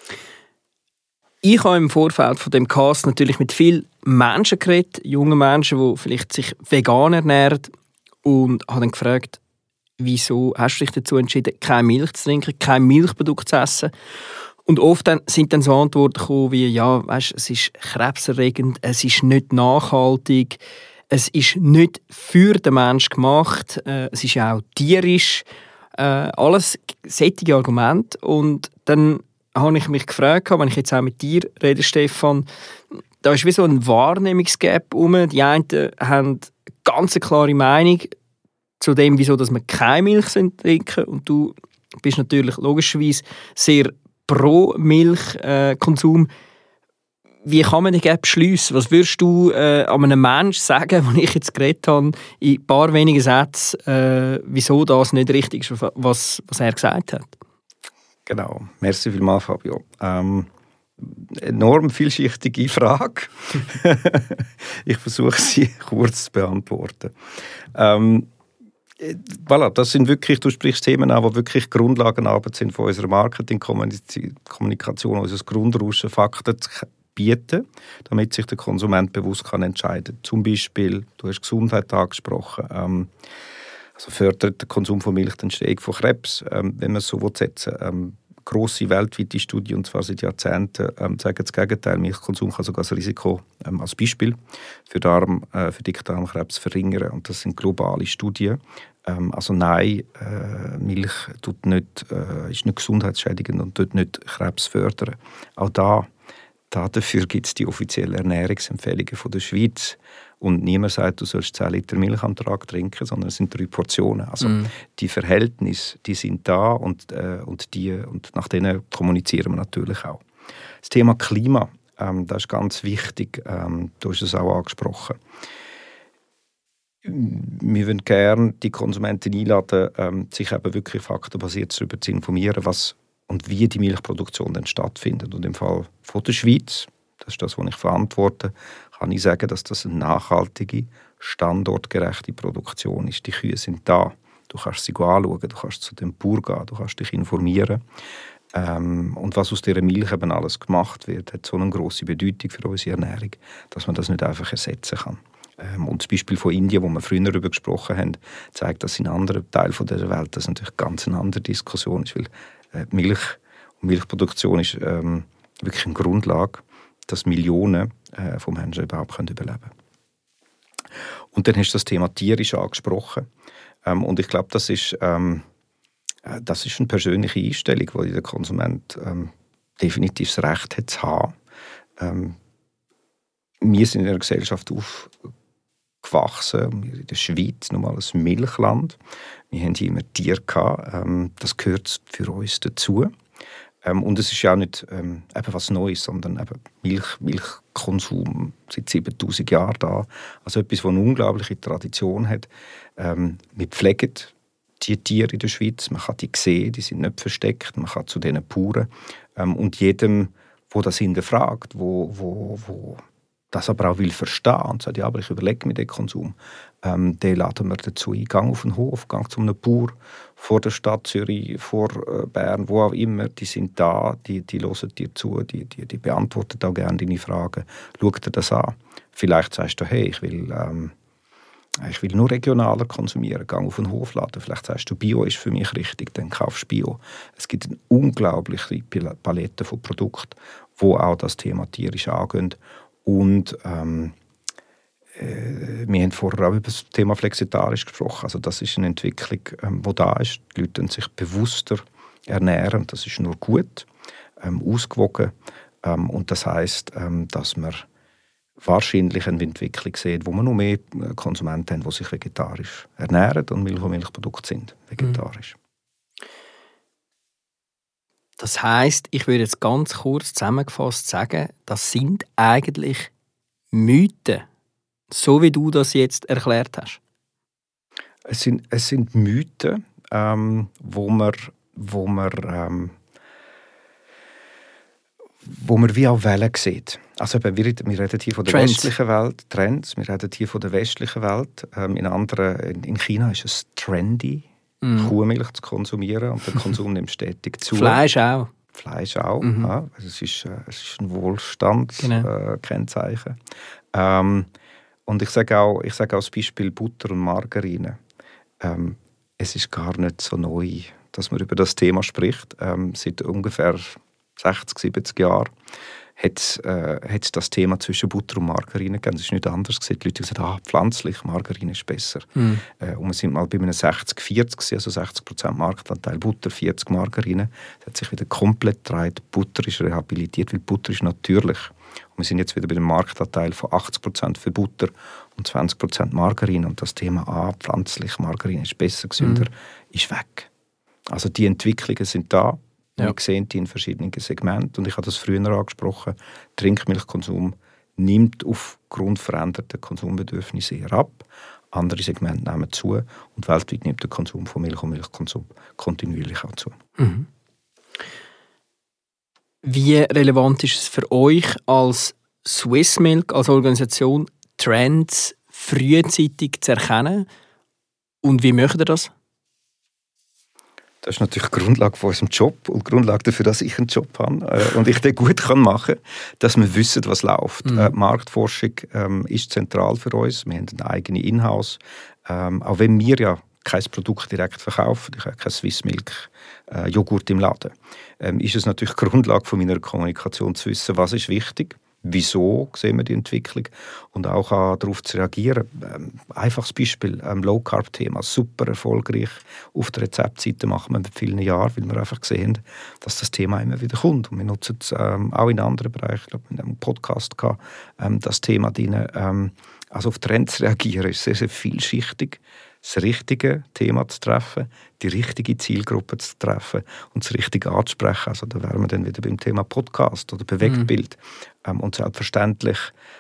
Ich habe im Vorfeld von dem Cast natürlich mit vielen Menschen geredet, jungen Menschen, die vielleicht sich vegan ernähren, und habe dann gefragt, wieso hast du dich dazu entschieden, keine Milch zu trinken, kein Milchprodukt zu essen? Und oft sind dann so Antworten gekommen wie, ja, weißt, es ist krebserregend, es ist nicht nachhaltig, es ist nicht für den Menschen gemacht, es ist auch tierisch, alles solche Argumente. Und dann habe ich mich gefragt, wenn ich jetzt auch mit dir rede, Stefan, da ist wie so ein Wahrnehmungsgap rum. Die einen haben ganz eine klare Meinung zu dem, wieso dass man keine Milch trinken, und du bist natürlich logischerweise sehr pro Milchkonsum. Wie kann man den Gap schliessen? Was würdest du an einem Menschen sagen, den ich jetzt geredet habe, in ein paar wenigen Sätzen, wieso das nicht richtig ist, was er gesagt hat? Genau, merci vielmals, Fabio. Enorm vielschichtige Frage. Ich versuche sie kurz zu beantworten. Voilà, das sind wirklich, du sprichst Themen an, die wirklich Grundlagenarbeit sind von unserer Marketingkommunikation, unseres Grundrauschen, Fakten zu bieten, damit sich der Konsument bewusst kann entscheiden kann. Zum Beispiel, du hast Gesundheit angesprochen, also fördert der Konsum von Milch die Entstehung von Krebs, wenn man es so setzen will. Grosse weltweite Studien, und zwar seit Jahrzehnten, zeigen das Gegenteil. Milchkonsum kann sogar das Risiko als Beispiel für Dickdarmkrebs verringern. Und das sind globale Studien. Also nein, Milch ist nicht gesundheitsschädigend und tut nicht Krebs fördern. Auch dafür gibt es die offiziellen Ernährungsempfehlungen von der Schweiz. Und niemand sagt, du sollst 10 Liter Milch am Tag trinken, sondern es sind 3 Portionen. Also die Verhältnisse, die sind da und nach denen kommunizieren wir natürlich auch. Das Thema Klima, das ist ganz wichtig. Du hast es auch angesprochen. Wir würden gerne die Konsumenten einladen, sich eben wirklich faktenbasiert darüber zu informieren, was und wie die Milchproduktion dann stattfindet. Und im Fall von der Schweiz, das ist das, was ich verantworte, kann ich sagen, dass das eine nachhaltige, standortgerechte Produktion ist. Die Kühe sind da. Du kannst sie anschauen, du kannst zu dem Bauern gehen, du kannst dich informieren. Und was aus dieser Milch eben alles gemacht wird, hat so eine grosse Bedeutung für unsere Ernährung, dass man das nicht einfach ersetzen kann. Und das Beispiel von Indien, wo wir früher darüber gesprochen haben, zeigt, dass in anderen Teilen dieser Welt das natürlich ganz eine andere Diskussion ist, weil Milch und Milchproduktion ist wirklich eine Grundlage, dass Millionen von Menschen überhaupt überleben können. Und dann hast du das Thema tierisch angesprochen. Und ich glaube, das ist eine persönliche Einstellung, die der Konsument definitiv das Recht hat zu haben. Wir sind in einer Gesellschaft aufgewachsen, in der Schweiz, nochmal ein Milchland. Wir haben hier immer Tiere gehabt. Das gehört für uns dazu. Und es ist ja auch nicht eben was Neues, sondern eben Milchkonsum seit 7000 Jahren da. Also etwas, das eine unglaubliche Tradition hat. Wir pflegen die Tiere in der Schweiz. Man kann die sehen, die sind nicht versteckt. Man kann zu denen Bauern. Und jedem, der das hinterfragt, wo das aber auch will verstehen und sagt, ja, aber ich überlege mir den Konsum, den laden wir dazu ein. Gang auf den Hof, gang zu einem Bauer vor der Stadt Zürich, vor Bern, wo auch immer. Die sind da, die hören dir zu, die beantworten auch gerne deine Fragen. Schau dir das an. Vielleicht sagst du, hey, ich will nur regionaler konsumieren, gang auf den Hofladen. Vielleicht sagst du, Bio ist für mich richtig, dann kaufst du Bio. Es gibt eine unglaubliche Palette von Produkten, die auch das Thema tierisch angehen. Und wir haben vorher auch über das Thema flexitarisch gesprochen. Also das ist eine Entwicklung, die da ist. Die Leute sich bewusster ernähren. Das ist nur gut, ausgewogen. Und das heisst, dass wir wahrscheinlich eine Entwicklung sehen, wo wir noch mehr Konsumenten haben, die sich vegetarisch ernähren und Milch und Milchprodukte sind vegetarisch. Das heisst, ich würde jetzt ganz kurz zusammengefasst sagen, das sind eigentlich Mythen, so wie du das jetzt erklärt hast. Es sind Mythen, wo man wie auch Wellen sieht. Also wir reden hier von der westlichen Welt, Trends, wir reden hier von der westlichen Welt. In China ist es trendy, Kuhmilch zu konsumieren und der Konsum nimmt stetig zu. Fleisch auch. Ja. Es ist ein Wohlstandskennzeichen. Und ich sage auch das Beispiel Butter und Margarine. Es ist gar nicht so neu, dass man über das Thema spricht. Seit ungefähr 60, 70 Jahren hat es das Thema zwischen Butter und Margarine gegeben. Das ist nicht anders. Die Leute haben gesagt, pflanzlich, Margarine ist besser. Und wir sind mal bei einem 60-40, also 60% Marktanteil Butter, 40 Margarine. Das hat sich wieder komplett gedreht. Butter ist rehabilitiert, weil Butter ist natürlich. Und wir sind jetzt wieder bei einem Marktanteil von 80% für Butter und 20% Margarine. Und das Thema pflanzlich, Margarine ist besser, gesünder, ist weg. Also die Entwicklungen sind da. Ja. Wir sehen die in verschiedenen Segmenten. Und ich habe das früher angesprochen. Trinkmilchkonsum nimmt aufgrund veränderter Konsumbedürfnisse eher ab. Andere Segmente nehmen zu. Und weltweit nimmt der Konsum von Milch und Milchkonsum kontinuierlich auch zu. Mhm. Wie relevant ist es für euch als Swiss Milk, als Organisation, Trends frühzeitig zu erkennen? Und wie möchtet ihr das? Das ist natürlich die Grundlage von unserem Job und die Grundlage dafür, dass ich einen Job habe und ich den gut machen kann, dass wir wissen, was läuft. Marktforschung ist zentral für uns. Wir haben eine eigene Inhouse. Auch wenn wir ja kein Produkt direkt verkaufen, ich habe kein Swiss Milk Joghurt im Laden, ist es natürlich die Grundlage von meiner Kommunikation zu wissen, was ist wichtig. Wieso sehen wir die Entwicklung und auch darauf zu reagieren. Einfaches Beispiel, Low-Carb-Thema, super erfolgreich. Auf der Rezeptseite machen wir seit vielen Jahren, weil wir einfach sehen, dass das Thema immer wieder kommt. Und wir nutzen es auch in anderen Bereichen. Ich glaube, in einem Podcast gehabt, das Thema drin. Also auf Trends reagieren ist sehr, sehr vielschichtig. Das richtige Thema zu treffen, die richtige Zielgruppe zu treffen und das Richtige anzusprechen. Also da wären wir dann wieder beim Thema Podcast oder Bewegtbild. Und selbstverständlich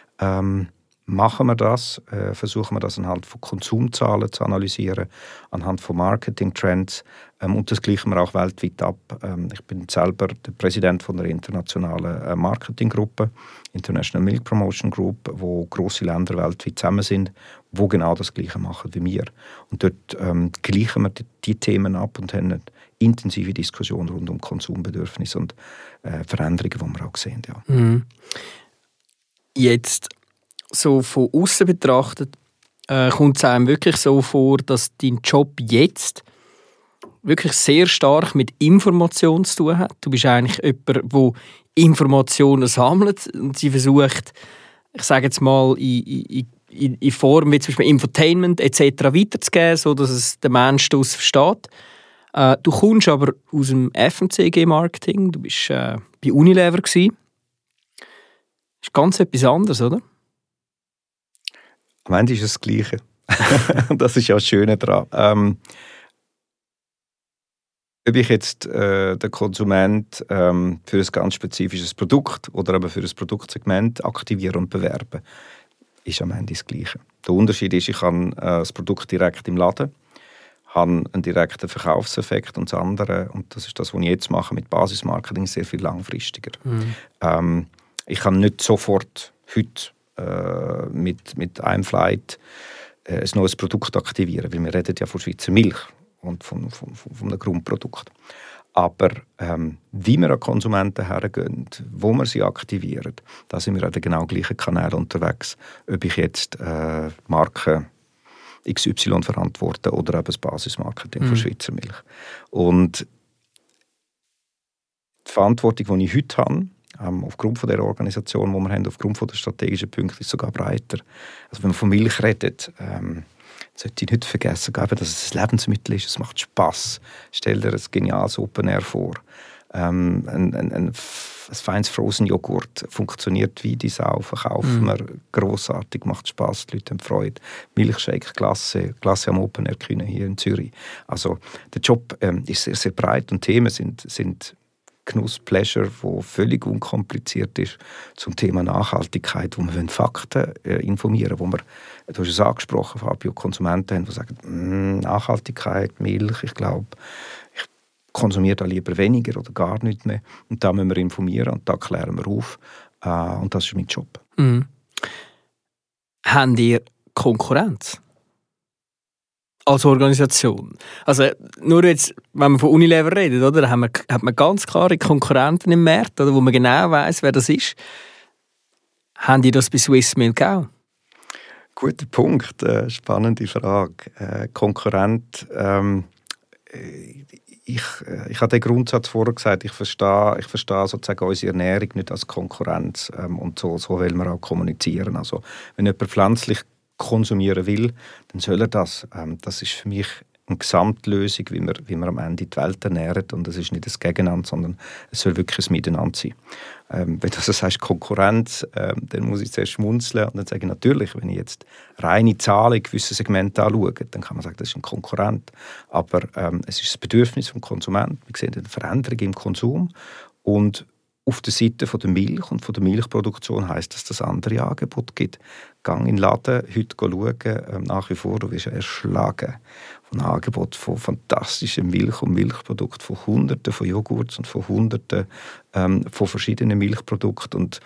machen wir das, versuchen wir das anhand von Konsumzahlen zu analysieren, anhand von Marketing-Trends und das gleichen wir auch weltweit ab. Ich bin selber der Präsident von einer internationalen Marketinggruppe, International Milk Promotion Group, wo grosse Länder weltweit zusammen sind, wo genau das Gleiche machen wie wir. Und dort gleichen wir die Themen ab und haben eine intensive Diskussion rund um Konsumbedürfnisse und Veränderungen, die wir auch sehen. Ja. Mhm. Jetzt so von außen betrachtet, kommt es einem wirklich so vor, dass dein Job jetzt wirklich sehr stark mit Information zu tun hat. Du bist eigentlich jemand, der Informationen sammelt und sie versucht, ich sage jetzt mal, in Form wie zum Beispiel Infotainment etc. weiterzugeben, sodass es der Mensch daraus versteht. Du kommst aber aus dem FMCG-Marketing, du bist bei Unilever gewesen. Das ist ganz etwas anderes, oder? Am Ende ist es das Gleiche. Das ist ja das Schöne daran. Ob ich jetzt den Konsument für ein ganz spezifisches Produkt oder aber für ein Produktsegment aktiviere und bewerbe, ist am Ende das Gleiche. Der Unterschied ist, ich habe das Produkt direkt im Laden, habe einen direkten Verkaufseffekt und das andere, und das ist das, was ich jetzt mache mit Basismarketing, sehr viel langfristiger. Ich kann nicht sofort heute mit einem Flight ein neues Produkt aktivieren, weil wir reden ja von Schweizer Milch und von einem Grundprodukt. Aber wie wir an Konsumenten hergehen, wo wir sie aktivieren, da sind wir an den genau gleichen Kanälen unterwegs. Ob ich jetzt Marke XY verantworte oder eben das Basismarketing von Schweizer Milch. Und die Verantwortung, die ich heute habe, aufgrund von der Organisation, die wir haben, aufgrund von der strategischen Punkte, ist sogar breiter. Also wenn man von Milch redet, sollte ich nicht vergessen, dass es ein Lebensmittel ist. Es macht Spass. Stell dir ein geniales Open Air vor. Ein feines Frozen Joghurt funktioniert wie die Sau, verkaufen wir grossartig, macht Spass, die Leute haben Freude. Milchshake, Glasse am Open Air Kühne hier in Zürich. Also der Job ist sehr, sehr breit und Themen sind Genuss, Pleasure, wo völlig unkompliziert ist, zum Thema Nachhaltigkeit, wo wir Fakten informieren, wo wir, du hast es angesprochen, Fabio, Konsumenten haben, die sagen, Nachhaltigkeit, Milch, ich glaube, ich konsumiere da lieber weniger oder gar nicht mehr. Und da müssen wir informieren und da klären wir auf. Und das ist mein Job. Habt ihr Konkurrenz? Als Organisation. Also nur jetzt, wenn man von Unilever redet, oder, hat man ganz klare Konkurrenten im Markt, oder, wo man genau weiss, wer das ist. Haben die das bei Swiss Milk auch? Guter Punkt, spannende Frage. Konkurrent, ich habe den Grundsatz vorher gesagt, ich verstehe sozusagen unsere Ernährung nicht als Konkurrenz und so wollen wir auch kommunizieren. Also wenn jemand pflanzlich konsumieren will, dann soll er das. Das ist für mich eine Gesamtlösung, wie wir am Ende die Welt ernähren. Und das ist nicht das Gegeneinander, sondern es soll wirklich ein Miteinander sein. Wenn du also sagst Konkurrenz, dann muss ich zuerst schmunzeln und dann sage ich natürlich, wenn ich jetzt reine Zahlen in gewissen Segmenten anschaue, dann kann man sagen, das ist ein Konkurrent. Aber es ist das Bedürfnis des Konsumenten. Wir sehen eine Veränderung im Konsum und auf der Seite von der Milch und von der Milchproduktion heisst das, dass es andere Angebote gibt. Gang in den Laden, heute schauen, nach wie vor, du wirst erschlagen von Angeboten von fantastischen Milch- und Milchprodukten, von Hunderten von Joghurts und von Hunderten von verschiedenen Milchprodukten und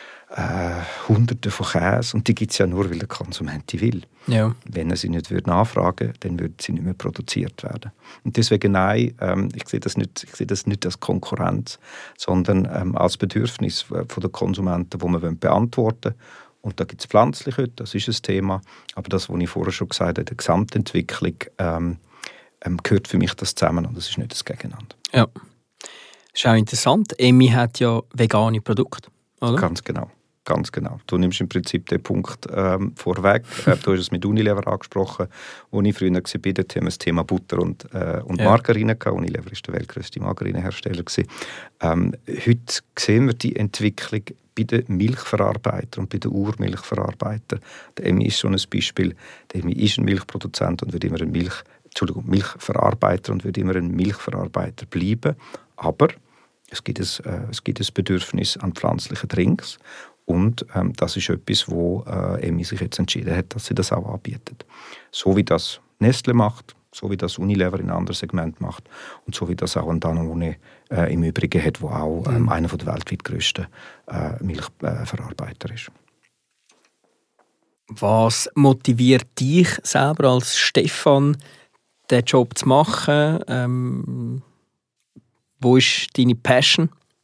Hunderte von Käse. Und die gibt es ja nur, weil der Konsument die will. Ja. Wenn er sie nicht nachfragen würde, dann würden sie nicht mehr produziert werden. Und deswegen nein, ich sehe das nicht als Konkurrenz, sondern als Bedürfnis von den Konsumenten, das wir beantworten wollen. Und da gibt es pflanzlich heute, das ist ein Thema. Aber das, was ich vorher schon gesagt habe, die Gesamtentwicklung, gehört für mich das zusammen und das ist nicht das Gegeneinander. Ja. Das ist auch interessant. Emmi hat ja vegane Produkte, oder? Ganz genau. Ganz genau. Du nimmst im Prinzip den Punkt vorweg. Du hast es mit Unilever angesprochen. Als ich früher war, haben wir das Thema Butter und Margarine gehabt. Unilever war der weltgrößte Margarinehersteller. Heute sehen wir die Entwicklung bei den Milchverarbeitern und bei den Urmilchverarbeitern. Der Emmi ist schon ein Beispiel. Der Emmi ist ein Milchproduzent und wird immer ein Milchverarbeiter und wird immer ein Milchverarbeiter bleiben. Aber es gibt ein Bedürfnis an pflanzlichen Drinks. Und das ist etwas, wo Emmi sich jetzt entschieden hat, dass sie das auch anbietet. So wie das Nestle macht, so wie das Unilever in einem anderen Segment macht und so wie das auch ein Danone im Übrigen hat, wo auch einer der weltweit grössten Milchverarbeiter ist. Was motiviert dich selber als Stefan, diesen Job zu machen? Wo ist deine Passion?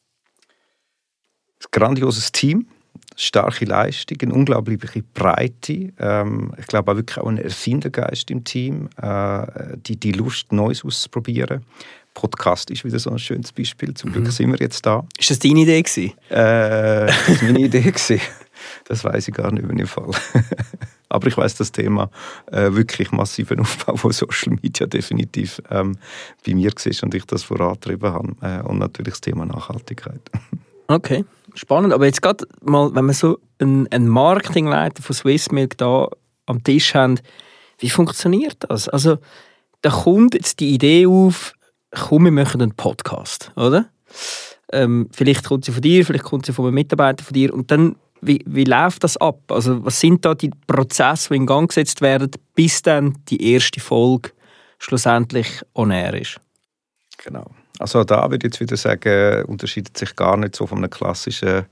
Ein grandioses Team. Starke Leistung, eine unglaubliche Breite. Ich glaube auch wirklich auch ein Erfindergeist im Team. Die Lust, Neues auszuprobieren. Podcast ist wieder so ein schönes Beispiel. Zum Glück sind wir jetzt da. Ist das deine Idee gewesen? Das war meine Idee gewesen. Das weiss ich gar nicht über den Fall. Aber ich weiss das Thema wirklich massiven Aufbau von Social Media definitiv bei mir war und ich das vorangetrieben habe. Und natürlich das Thema Nachhaltigkeit. Okay, spannend. Aber jetzt gerade mal, wenn wir so einen Marketingleiter von Swissmilk da am Tisch haben, wie funktioniert das? Also, da kommt jetzt die Idee auf, komm, wir machen einen Podcast, oder? Vielleicht kommt sie von dir, vielleicht kommt sie von einem Mitarbeiter von dir. Und dann, wie läuft das ab? Also, was sind da die Prozesse, die in Gang gesetzt werden, bis dann die erste Folge schlussendlich on air ist? Genau. Also da würde ich jetzt wieder sagen, unterscheidet sich gar nicht so von einem klassischen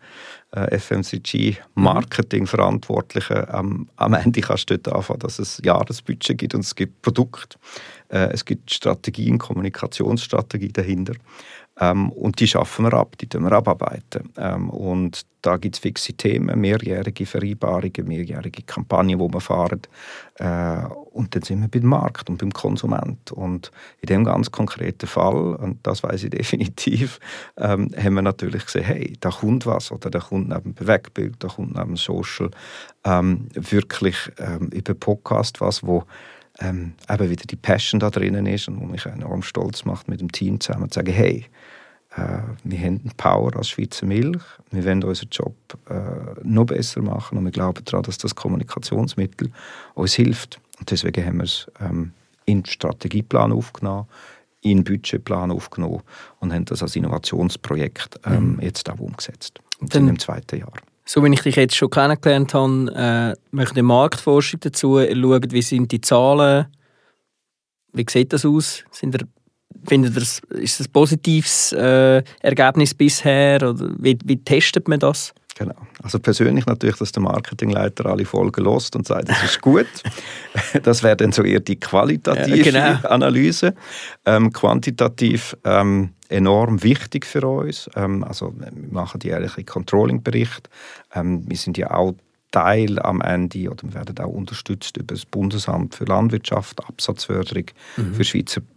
FMCG-Marketing-Verantwortlichen. Am Ende kannst du dort anfangen, dass es Jahresbudget gibt und es gibt Produkte. Es gibt Strategien, Kommunikationsstrategie dahinter. Und die schaffen wir ab, die tun wir abarbeiten. Und da gibt es fixe Themen, mehrjährige Vereinbarungen, mehrjährige Kampagnen, die wir fahren. Und dann sind wir beim Markt und beim Konsument. Und in diesem ganz konkreten Fall, und das weiss ich definitiv, haben wir natürlich gesehen, hey, da kommt was, oder da kommt neben Bewegtbild, da kommt neben Social wirklich über Podcast was, wo eben wieder die Passion da drinnen ist und wo mich enorm stolz macht, mit dem Team zusammen zu sagen, hey, wir haben eine Power als Schweizer Milch, wir wollen unseren Job noch besser machen und wir glauben daran, dass das Kommunikationsmittel uns hilft. Und deswegen haben wir es in den Strategieplan aufgenommen, in den Budgetplan aufgenommen und haben das als Innovationsprojekt jetzt auch umgesetzt. Und sind im 2. Jahr. So wie ich dich jetzt schon kennengelernt habe, macht ihr Marktforschung dazu, ihr schaut, wie sind die Zahlen, wie sieht das aus? Ist das ein positives Ergebnis bisher? Oder wie testet man das? Genau. Also persönlich natürlich, dass der Marketingleiter alle Folgen hört und sagt, das ist gut. Das wäre dann so eher die qualitative Analyse. Quantitativ enorm wichtig für uns. Also wir machen die jährlichen Controlling-Berichte. Wir sind ja auch Teil am Ende, oder wir werden auch unterstützt über das Bundesamt für Landwirtschaft, Absatzförderung für Schweizer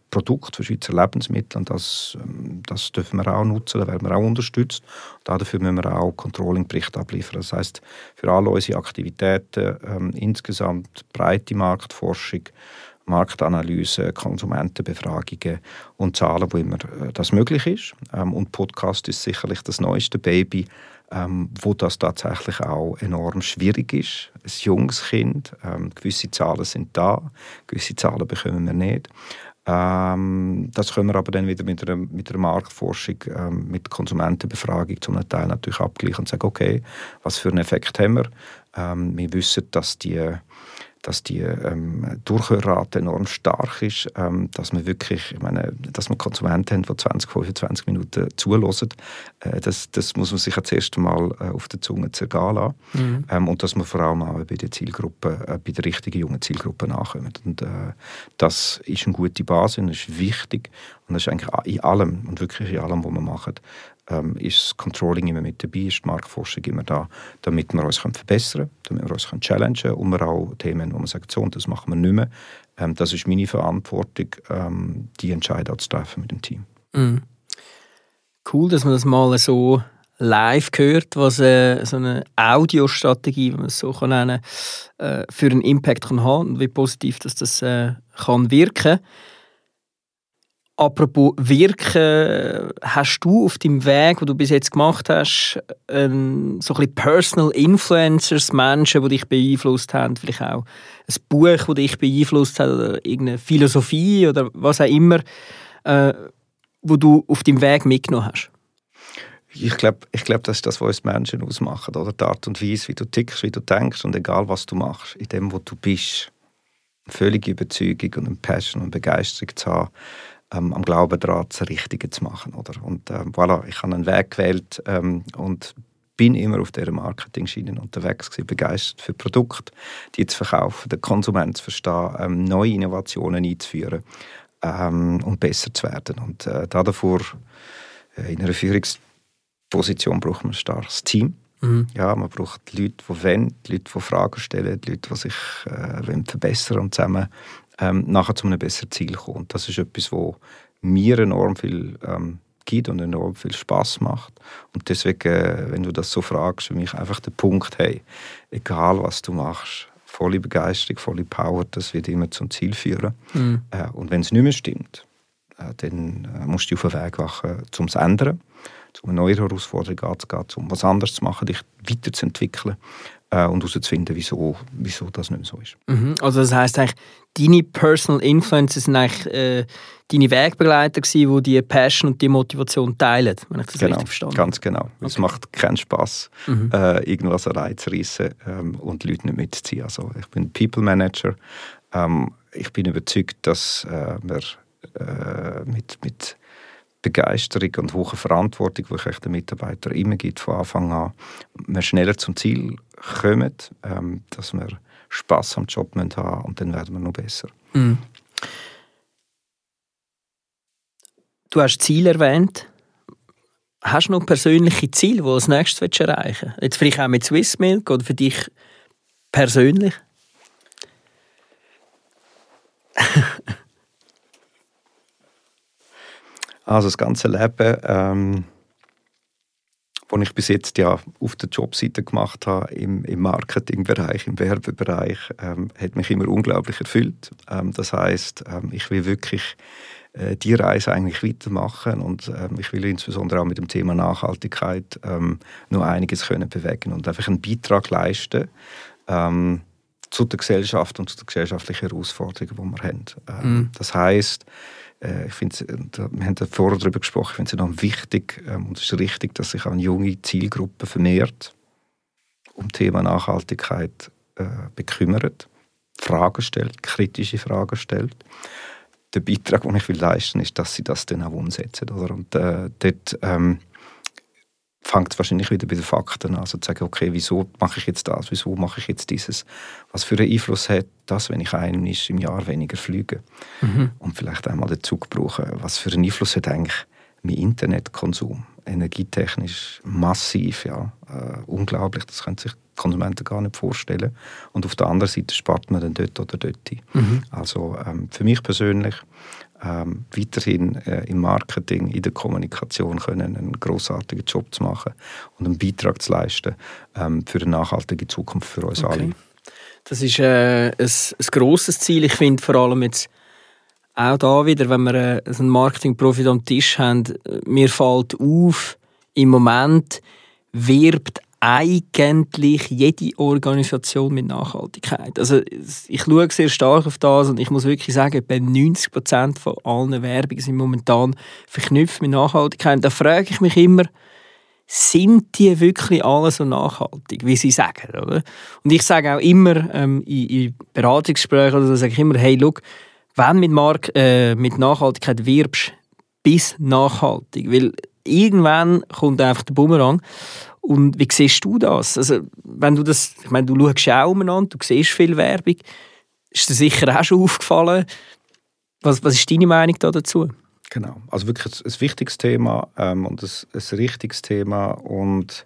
Produkte, für Schweizer Lebensmittel. Und das dürfen wir auch nutzen, da werden wir auch unterstützt. Dafür müssen wir auch Controlling-Berichte abliefern. Das heisst, für alle unsere Aktivitäten insgesamt breite Marktforschung, Marktanalyse, Konsumentenbefragungen und Zahlen, wo immer das möglich ist. Und Podcast ist sicherlich das neueste Baby, wo das tatsächlich auch enorm schwierig ist. Ein junges Kind, gewisse Zahlen sind da, gewisse Zahlen bekommen wir nicht. Das können wir aber dann wieder mit einer Marktforschung, mit Konsumentenbefragung zum Teil natürlich abgleichen und sagen, okay, was für einen Effekt haben wir? Wir wissen, dass die Durchhörrate enorm stark ist, dass wir wirklich, dass wir Konsumenten haben, die 20, 25 Minuten zuhören. Das muss man sich das erste Mal auf der Zunge zergehen lassen. Und dass wir vor allem auch bei der Zielgruppe, bei der richtigen jungen Zielgruppe nachkommen. Und das ist eine gute Basis und das ist wichtig. Und das ist eigentlich in allem, und wirklich in allem, was wir machen, ist das Controlling immer mit dabei, ist die Marktforschung immer da, damit wir uns verbessern können, damit wir uns challengen und wir auch Themen, wo man sagt, so, das machen wir nicht mehr. Das ist meine Verantwortung, die Entscheidung zu treffen mit dem Team. Mhm. Cool, dass man das mal so live hört, was so eine Audiostrategie, wenn man es so nennen kann, für einen Impact kann haben und wie positiv das kann wirken. Apropos Wirken, hast du auf deinem Weg, den du bis jetzt gemacht hast, so ein bisschen Personal Influencers, Menschen, die dich beeinflusst haben, vielleicht auch ein Buch, das dich beeinflusst hat, oder irgendeine Philosophie oder was auch immer, wo du auf deinem Weg mitgenommen hast? Ich glaube, das ist das, was uns Menschen ausmachen, oder? Die Art und Weise, wie du tickst, wie du denkst und egal, was du machst, in dem, wo du bist, eine völlige Überzeugung und eine Passion und Begeisterung zu haben, am Glauben daran, das Richtige zu machen. Oder? Und voilà, ich habe einen Weg gewählt und bin immer auf dieser Marketing-Schiene unterwegs gewesen, begeistert für Produkte, die zu verkaufen, den Konsumenten zu verstehen, neue Innovationen einzuführen und besser zu werden. Und davor in einer Führungsposition braucht man ein starkes Team. Mhm. Ja, man braucht Leute, die wollen, Leute, die Fragen stellen, Leute, die sich verbessern und zusammen nachher zu einem besseren Ziel kommen. Und das ist etwas, was mir enorm viel gibt und enorm viel Spass macht. Und deswegen, wenn du das so fragst, für mich einfach der Punkt, hey, egal was du machst, volle Begeisterung, volle Power, das wird immer zum Ziel führen. Mhm. Und wenn es nicht mehr stimmt, dann musst du auf den Weg wachen, um es zu ändern, um eine neue Herausforderung anzugehen, um was anderes zu machen, dich weiterzuentwickeln und herauszufinden, wieso das nicht mehr so ist. Mhm. Also das heisst eigentlich, deine Personal Influencers sind eigentlich deine Wegbegleiter gewesen, die die Passion und die Motivation teilen, wenn ich das richtig verstanden habe. Ganz genau. Okay. Es macht keinen Spass, irgendwas reinzureissen und die Leute nicht mitzuziehen. Also ich bin People Manager. Ich bin überzeugt, dass wir mit Begeisterung und hoher Verantwortung, die ich den Mitarbeitern immer gibt, von Anfang an, wir schneller zum Ziel kommen, dass wir Spass am Job haben müssen, und dann werden wir noch besser. Mhm. Du hast Ziele erwähnt. Hast du noch persönliche Ziele, die du als nächstes erreichen willst? Jetzt vielleicht auch mit Swissmilk oder für dich persönlich? Also das ganze Leben, das ich bis jetzt ja auf der Jobseite gemacht habe, im Marketingbereich, im Werbebereich, hat mich immer unglaublich erfüllt. Das heisst, ich will wirklich die Reise eigentlich weitermachen und ich will insbesondere auch mit dem Thema Nachhaltigkeit noch einiges können bewegen und einfach einen Beitrag leisten zu der Gesellschaft und zu den gesellschaftlichen Herausforderungen, die wir haben. Das heisst, ich finde, wir haben vorher darüber gesprochen, ich finde es enorm wichtig und es ist richtig, dass sich auch eine junge Zielgruppe vermehrt um das Thema Nachhaltigkeit bekümmert, Fragen stellt, kritische Fragen stellt. Der Beitrag, den ich leisten will, ist, dass sie das dann auch umsetzen. Oder? Und dort fängt es wahrscheinlich wieder bei den Fakten an, also zu sagen, okay, wieso mache ich jetzt das, wieso mache ich jetzt dieses, was für einen Einfluss hat das, wenn ich einmal im Jahr weniger fliege und vielleicht einmal den Zug brauche, was für einen Einfluss hat eigentlich mein Internetkonsum, energietechnisch massiv, ja, unglaublich, das können sich die Konsumenten gar nicht vorstellen und auf der anderen Seite spart man dann dort oder dort. Also für mich persönlich weiterhin im Marketing, in der Kommunikation können einen grossartigen Job zu machen und einen Beitrag zu leisten für eine nachhaltige Zukunft für uns alle. Das ist ein grosses Ziel. Ich finde vor allem jetzt auch da wieder, wenn wir einen Marketingprofi am Tisch haben, mir fällt auf, im Moment wirbt eigentlich jede Organisation mit Nachhaltigkeit. Also ich schaue sehr stark auf das und ich muss wirklich sagen, etwa 90% von allen Werbungen sind momentan verknüpft mit Nachhaltigkeit. Da frage ich mich immer, sind die wirklich alle so nachhaltig, wie sie sagen? Oder? Und ich sage auch immer in Beratungsgesprächen, oder so, sage ich immer, hey, schau, wenn mit Nachhaltigkeit wirbst, bis nachhaltig. Weil irgendwann kommt einfach der Bumerang. Und wie siehst du das? Also, wenn du das, ich meine, du schaust ja auch umeinander, du siehst viel Werbung. Ist dir sicher auch schon aufgefallen? Was ist deine Meinung dazu? Genau, also wirklich ein wichtiges Thema und ein richtiges Thema. Und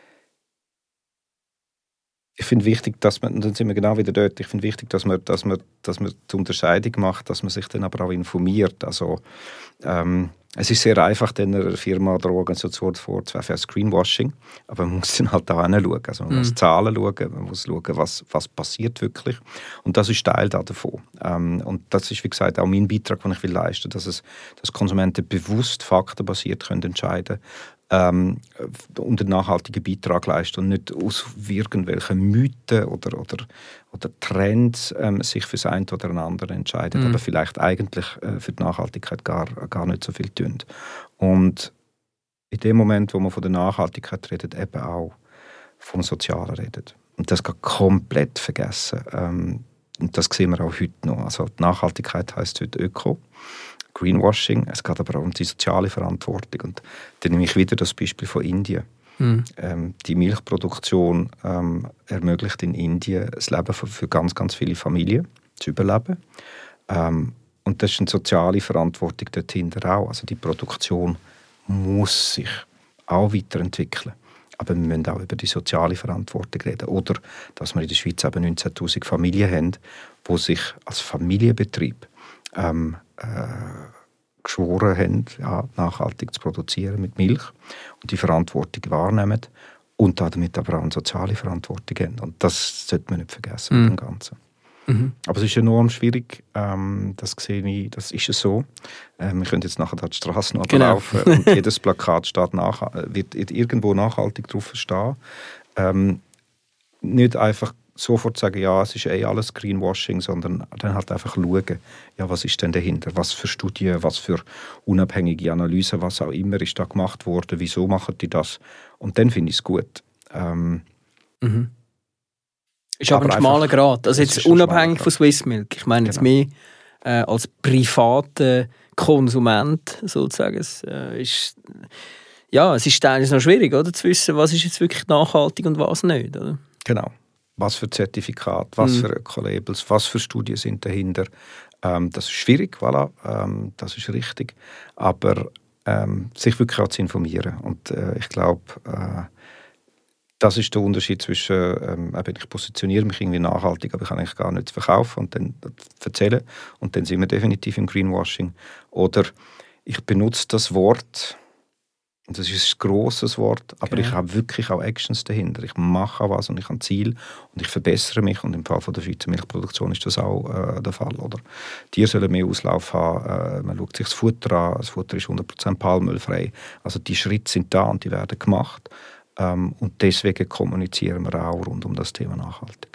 ich finde wichtig, dass man, und dann sind wir genau wieder dort, ich finde wichtig, dass man die Unterscheidung macht, dass man sich dann aber auch informiert. Also, es ist sehr einfach, einer Firma oder Organisation vorzuwerfen, Greenwashing, aber man muss dann halt da hinschauen. Also man muss Zahlen schauen, man muss schauen, was passiert wirklich. Und das ist Teil davon. Und das ist, wie gesagt, auch mein Beitrag, den ich leisten will, dass Konsumenten bewusst faktenbasiert können entscheiden können und einen nachhaltigen Beitrag leisten und nicht aus irgendwelchen Mythen oder Trends sich für das eine oder das andere entscheiden, aber vielleicht eigentlich für die Nachhaltigkeit gar nicht so viel tun. Und in dem Moment, wo man von der Nachhaltigkeit redet, eben auch vom Sozialen redet. Und das geht komplett vergessen. Und das sehen wir auch heute noch. Also die Nachhaltigkeit heisst heute Öko. Greenwashing, es geht aber auch um die soziale Verantwortung. Und dann nehme ich wieder das Beispiel von Indien. Die Milchproduktion ermöglicht in Indien das Leben für ganz, ganz viele Familien zu überleben. Und das ist eine soziale Verantwortung dahinter auch. Also die Produktion muss sich auch weiterentwickeln. Aber wir müssen auch über die soziale Verantwortung reden. Oder dass wir in der Schweiz eben 19'000 Familien haben, die sich als Familienbetrieb geschworen haben, ja, nachhaltig zu produzieren mit Milch und die Verantwortung wahrnehmen und damit aber auch eine soziale Verantwortung haben. Und das sollte man nicht vergessen mit dem Ganzen. Aber es ist enorm schwierig, das sehe ich, das ist es so. Wir können jetzt nachher die Straße noch laufen und jedes Plakat wird irgendwo nachhaltig drauf stehen. Nicht einfach sofort sagen, ja, es ist alles Greenwashing, sondern dann halt einfach schauen, ja, was ist denn dahinter, was für Studien, was für unabhängige Analysen, was auch immer ist da gemacht worden, wieso machen die das? Und dann finde ich es gut. Ist aber ein schmaler Grad, also jetzt unabhängig von Swissmilk. Ich meine jetzt mehr als privater Konsument sozusagen. Es ist teilweise noch schwierig, oder, zu wissen, was ist jetzt wirklich nachhaltig und was nicht, oder? Genau. Was für Zertifikate, was für Öko-Labels, was für Studien sind dahinter. Das ist schwierig, voilà, das ist richtig. Aber sich wirklich auch zu informieren. Und ich glaube, das ist der Unterschied zwischen, ich positioniere mich irgendwie nachhaltig, aber ich kann eigentlich gar nichts verkaufen und dann erzählen. Und dann sind wir definitiv im Greenwashing. Oder ich benutze das Wort, und das ist ein grosses Wort, aber ich habe wirklich auch Actions dahinter. Ich mache auch was und ich habe ein Ziel und ich verbessere mich. Und im Fall von der Schweizer Milchproduktion ist das auch der Fall. Oder? Die sollen mehr Auslauf haben. Man schaut sich das Futter an. Das Futter ist 100% palmölfrei. Also die Schritte sind da und die werden gemacht. Und deswegen kommunizieren wir auch rund um das Thema nachhaltig.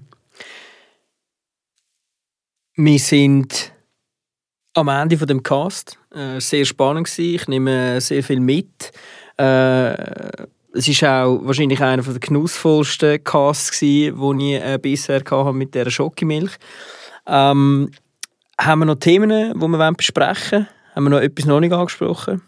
Wir sind am Ende von dem Cast. Sehr spannend gewesen. Ich nehme sehr viel mit. Es ist auch wahrscheinlich einer der genussvollsten Casts gewesen, die ich bisher hatte mit dieser Schokimilch. Haben wir noch Themen, die wir besprechen wollen? Haben wir noch etwas noch nicht angesprochen?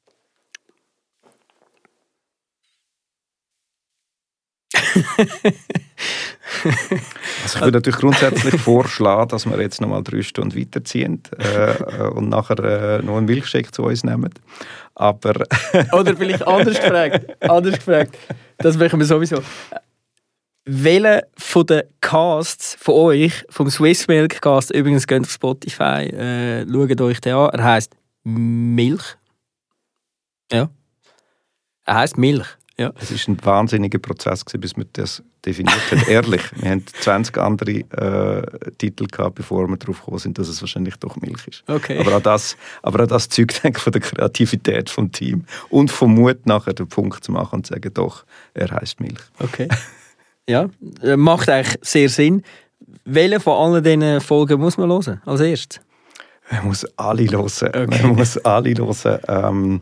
Also ich würde natürlich grundsätzlich vorschlagen, dass wir jetzt noch mal 3 Stunden weiterziehen und nachher noch einen Milchshake zu uns nehmen. Aber oder vielleicht anders gefragt. Das machen wir sowieso. welcher von den Casts von euch, vom Swiss Milk Cast, übrigens geht auf Spotify, schaut euch den an, er heisst Milch. Ja. Er heisst Milch. Ja. Es war ein wahnsinniger Prozess, bis wir das definiert haben. Ehrlich, wir hatten 20 andere Titel gehabt, bevor wir darauf gekommen sind, dass es wahrscheinlich doch Milch ist. Okay. Aber auch das zeugt von der Kreativität vom Team und vom Mut, nachher den Punkt zu machen und zu sagen, doch, er heisst Milch. Okay. Ja, macht eigentlich sehr Sinn. Welche von allen diesen Folgen muss man hören als erstes? Man muss alle hören. Okay. Man muss alle hören.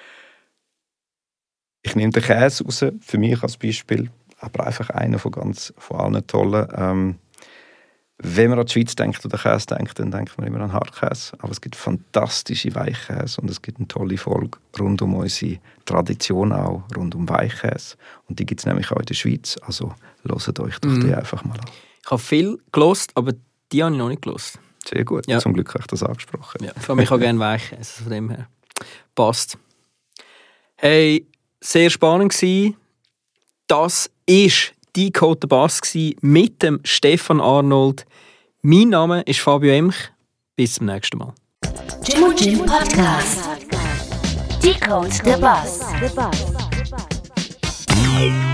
Ich nehme den Käse raus, für mich als Beispiel, aber einfach einer von allen tollen. Wenn man an die Schweiz denkt oder Käse denkt, dann denkt man immer an Hartkäse. Aber es gibt fantastische Weichkäse und es gibt eine tolle Folge rund um unsere Tradition auch, rund um Weichkäse. Und die gibt es nämlich auch in der Schweiz. Also hört euch doch die einfach mal an. Ich habe viel gehört, aber die habe ich noch nicht gehört. Sehr gut, ja. Zum Glück habe ich das angesprochen. Ja, für mich auch gerne Weichkäse, also von dem her. Passt. Hey, sehr spannend gewesen. Das war Decode the Bus mit dem Stefan Arnold. Mein Name ist Fabio Emch. Bis zum nächsten Mal. Jim Podcast. Decode the Bus.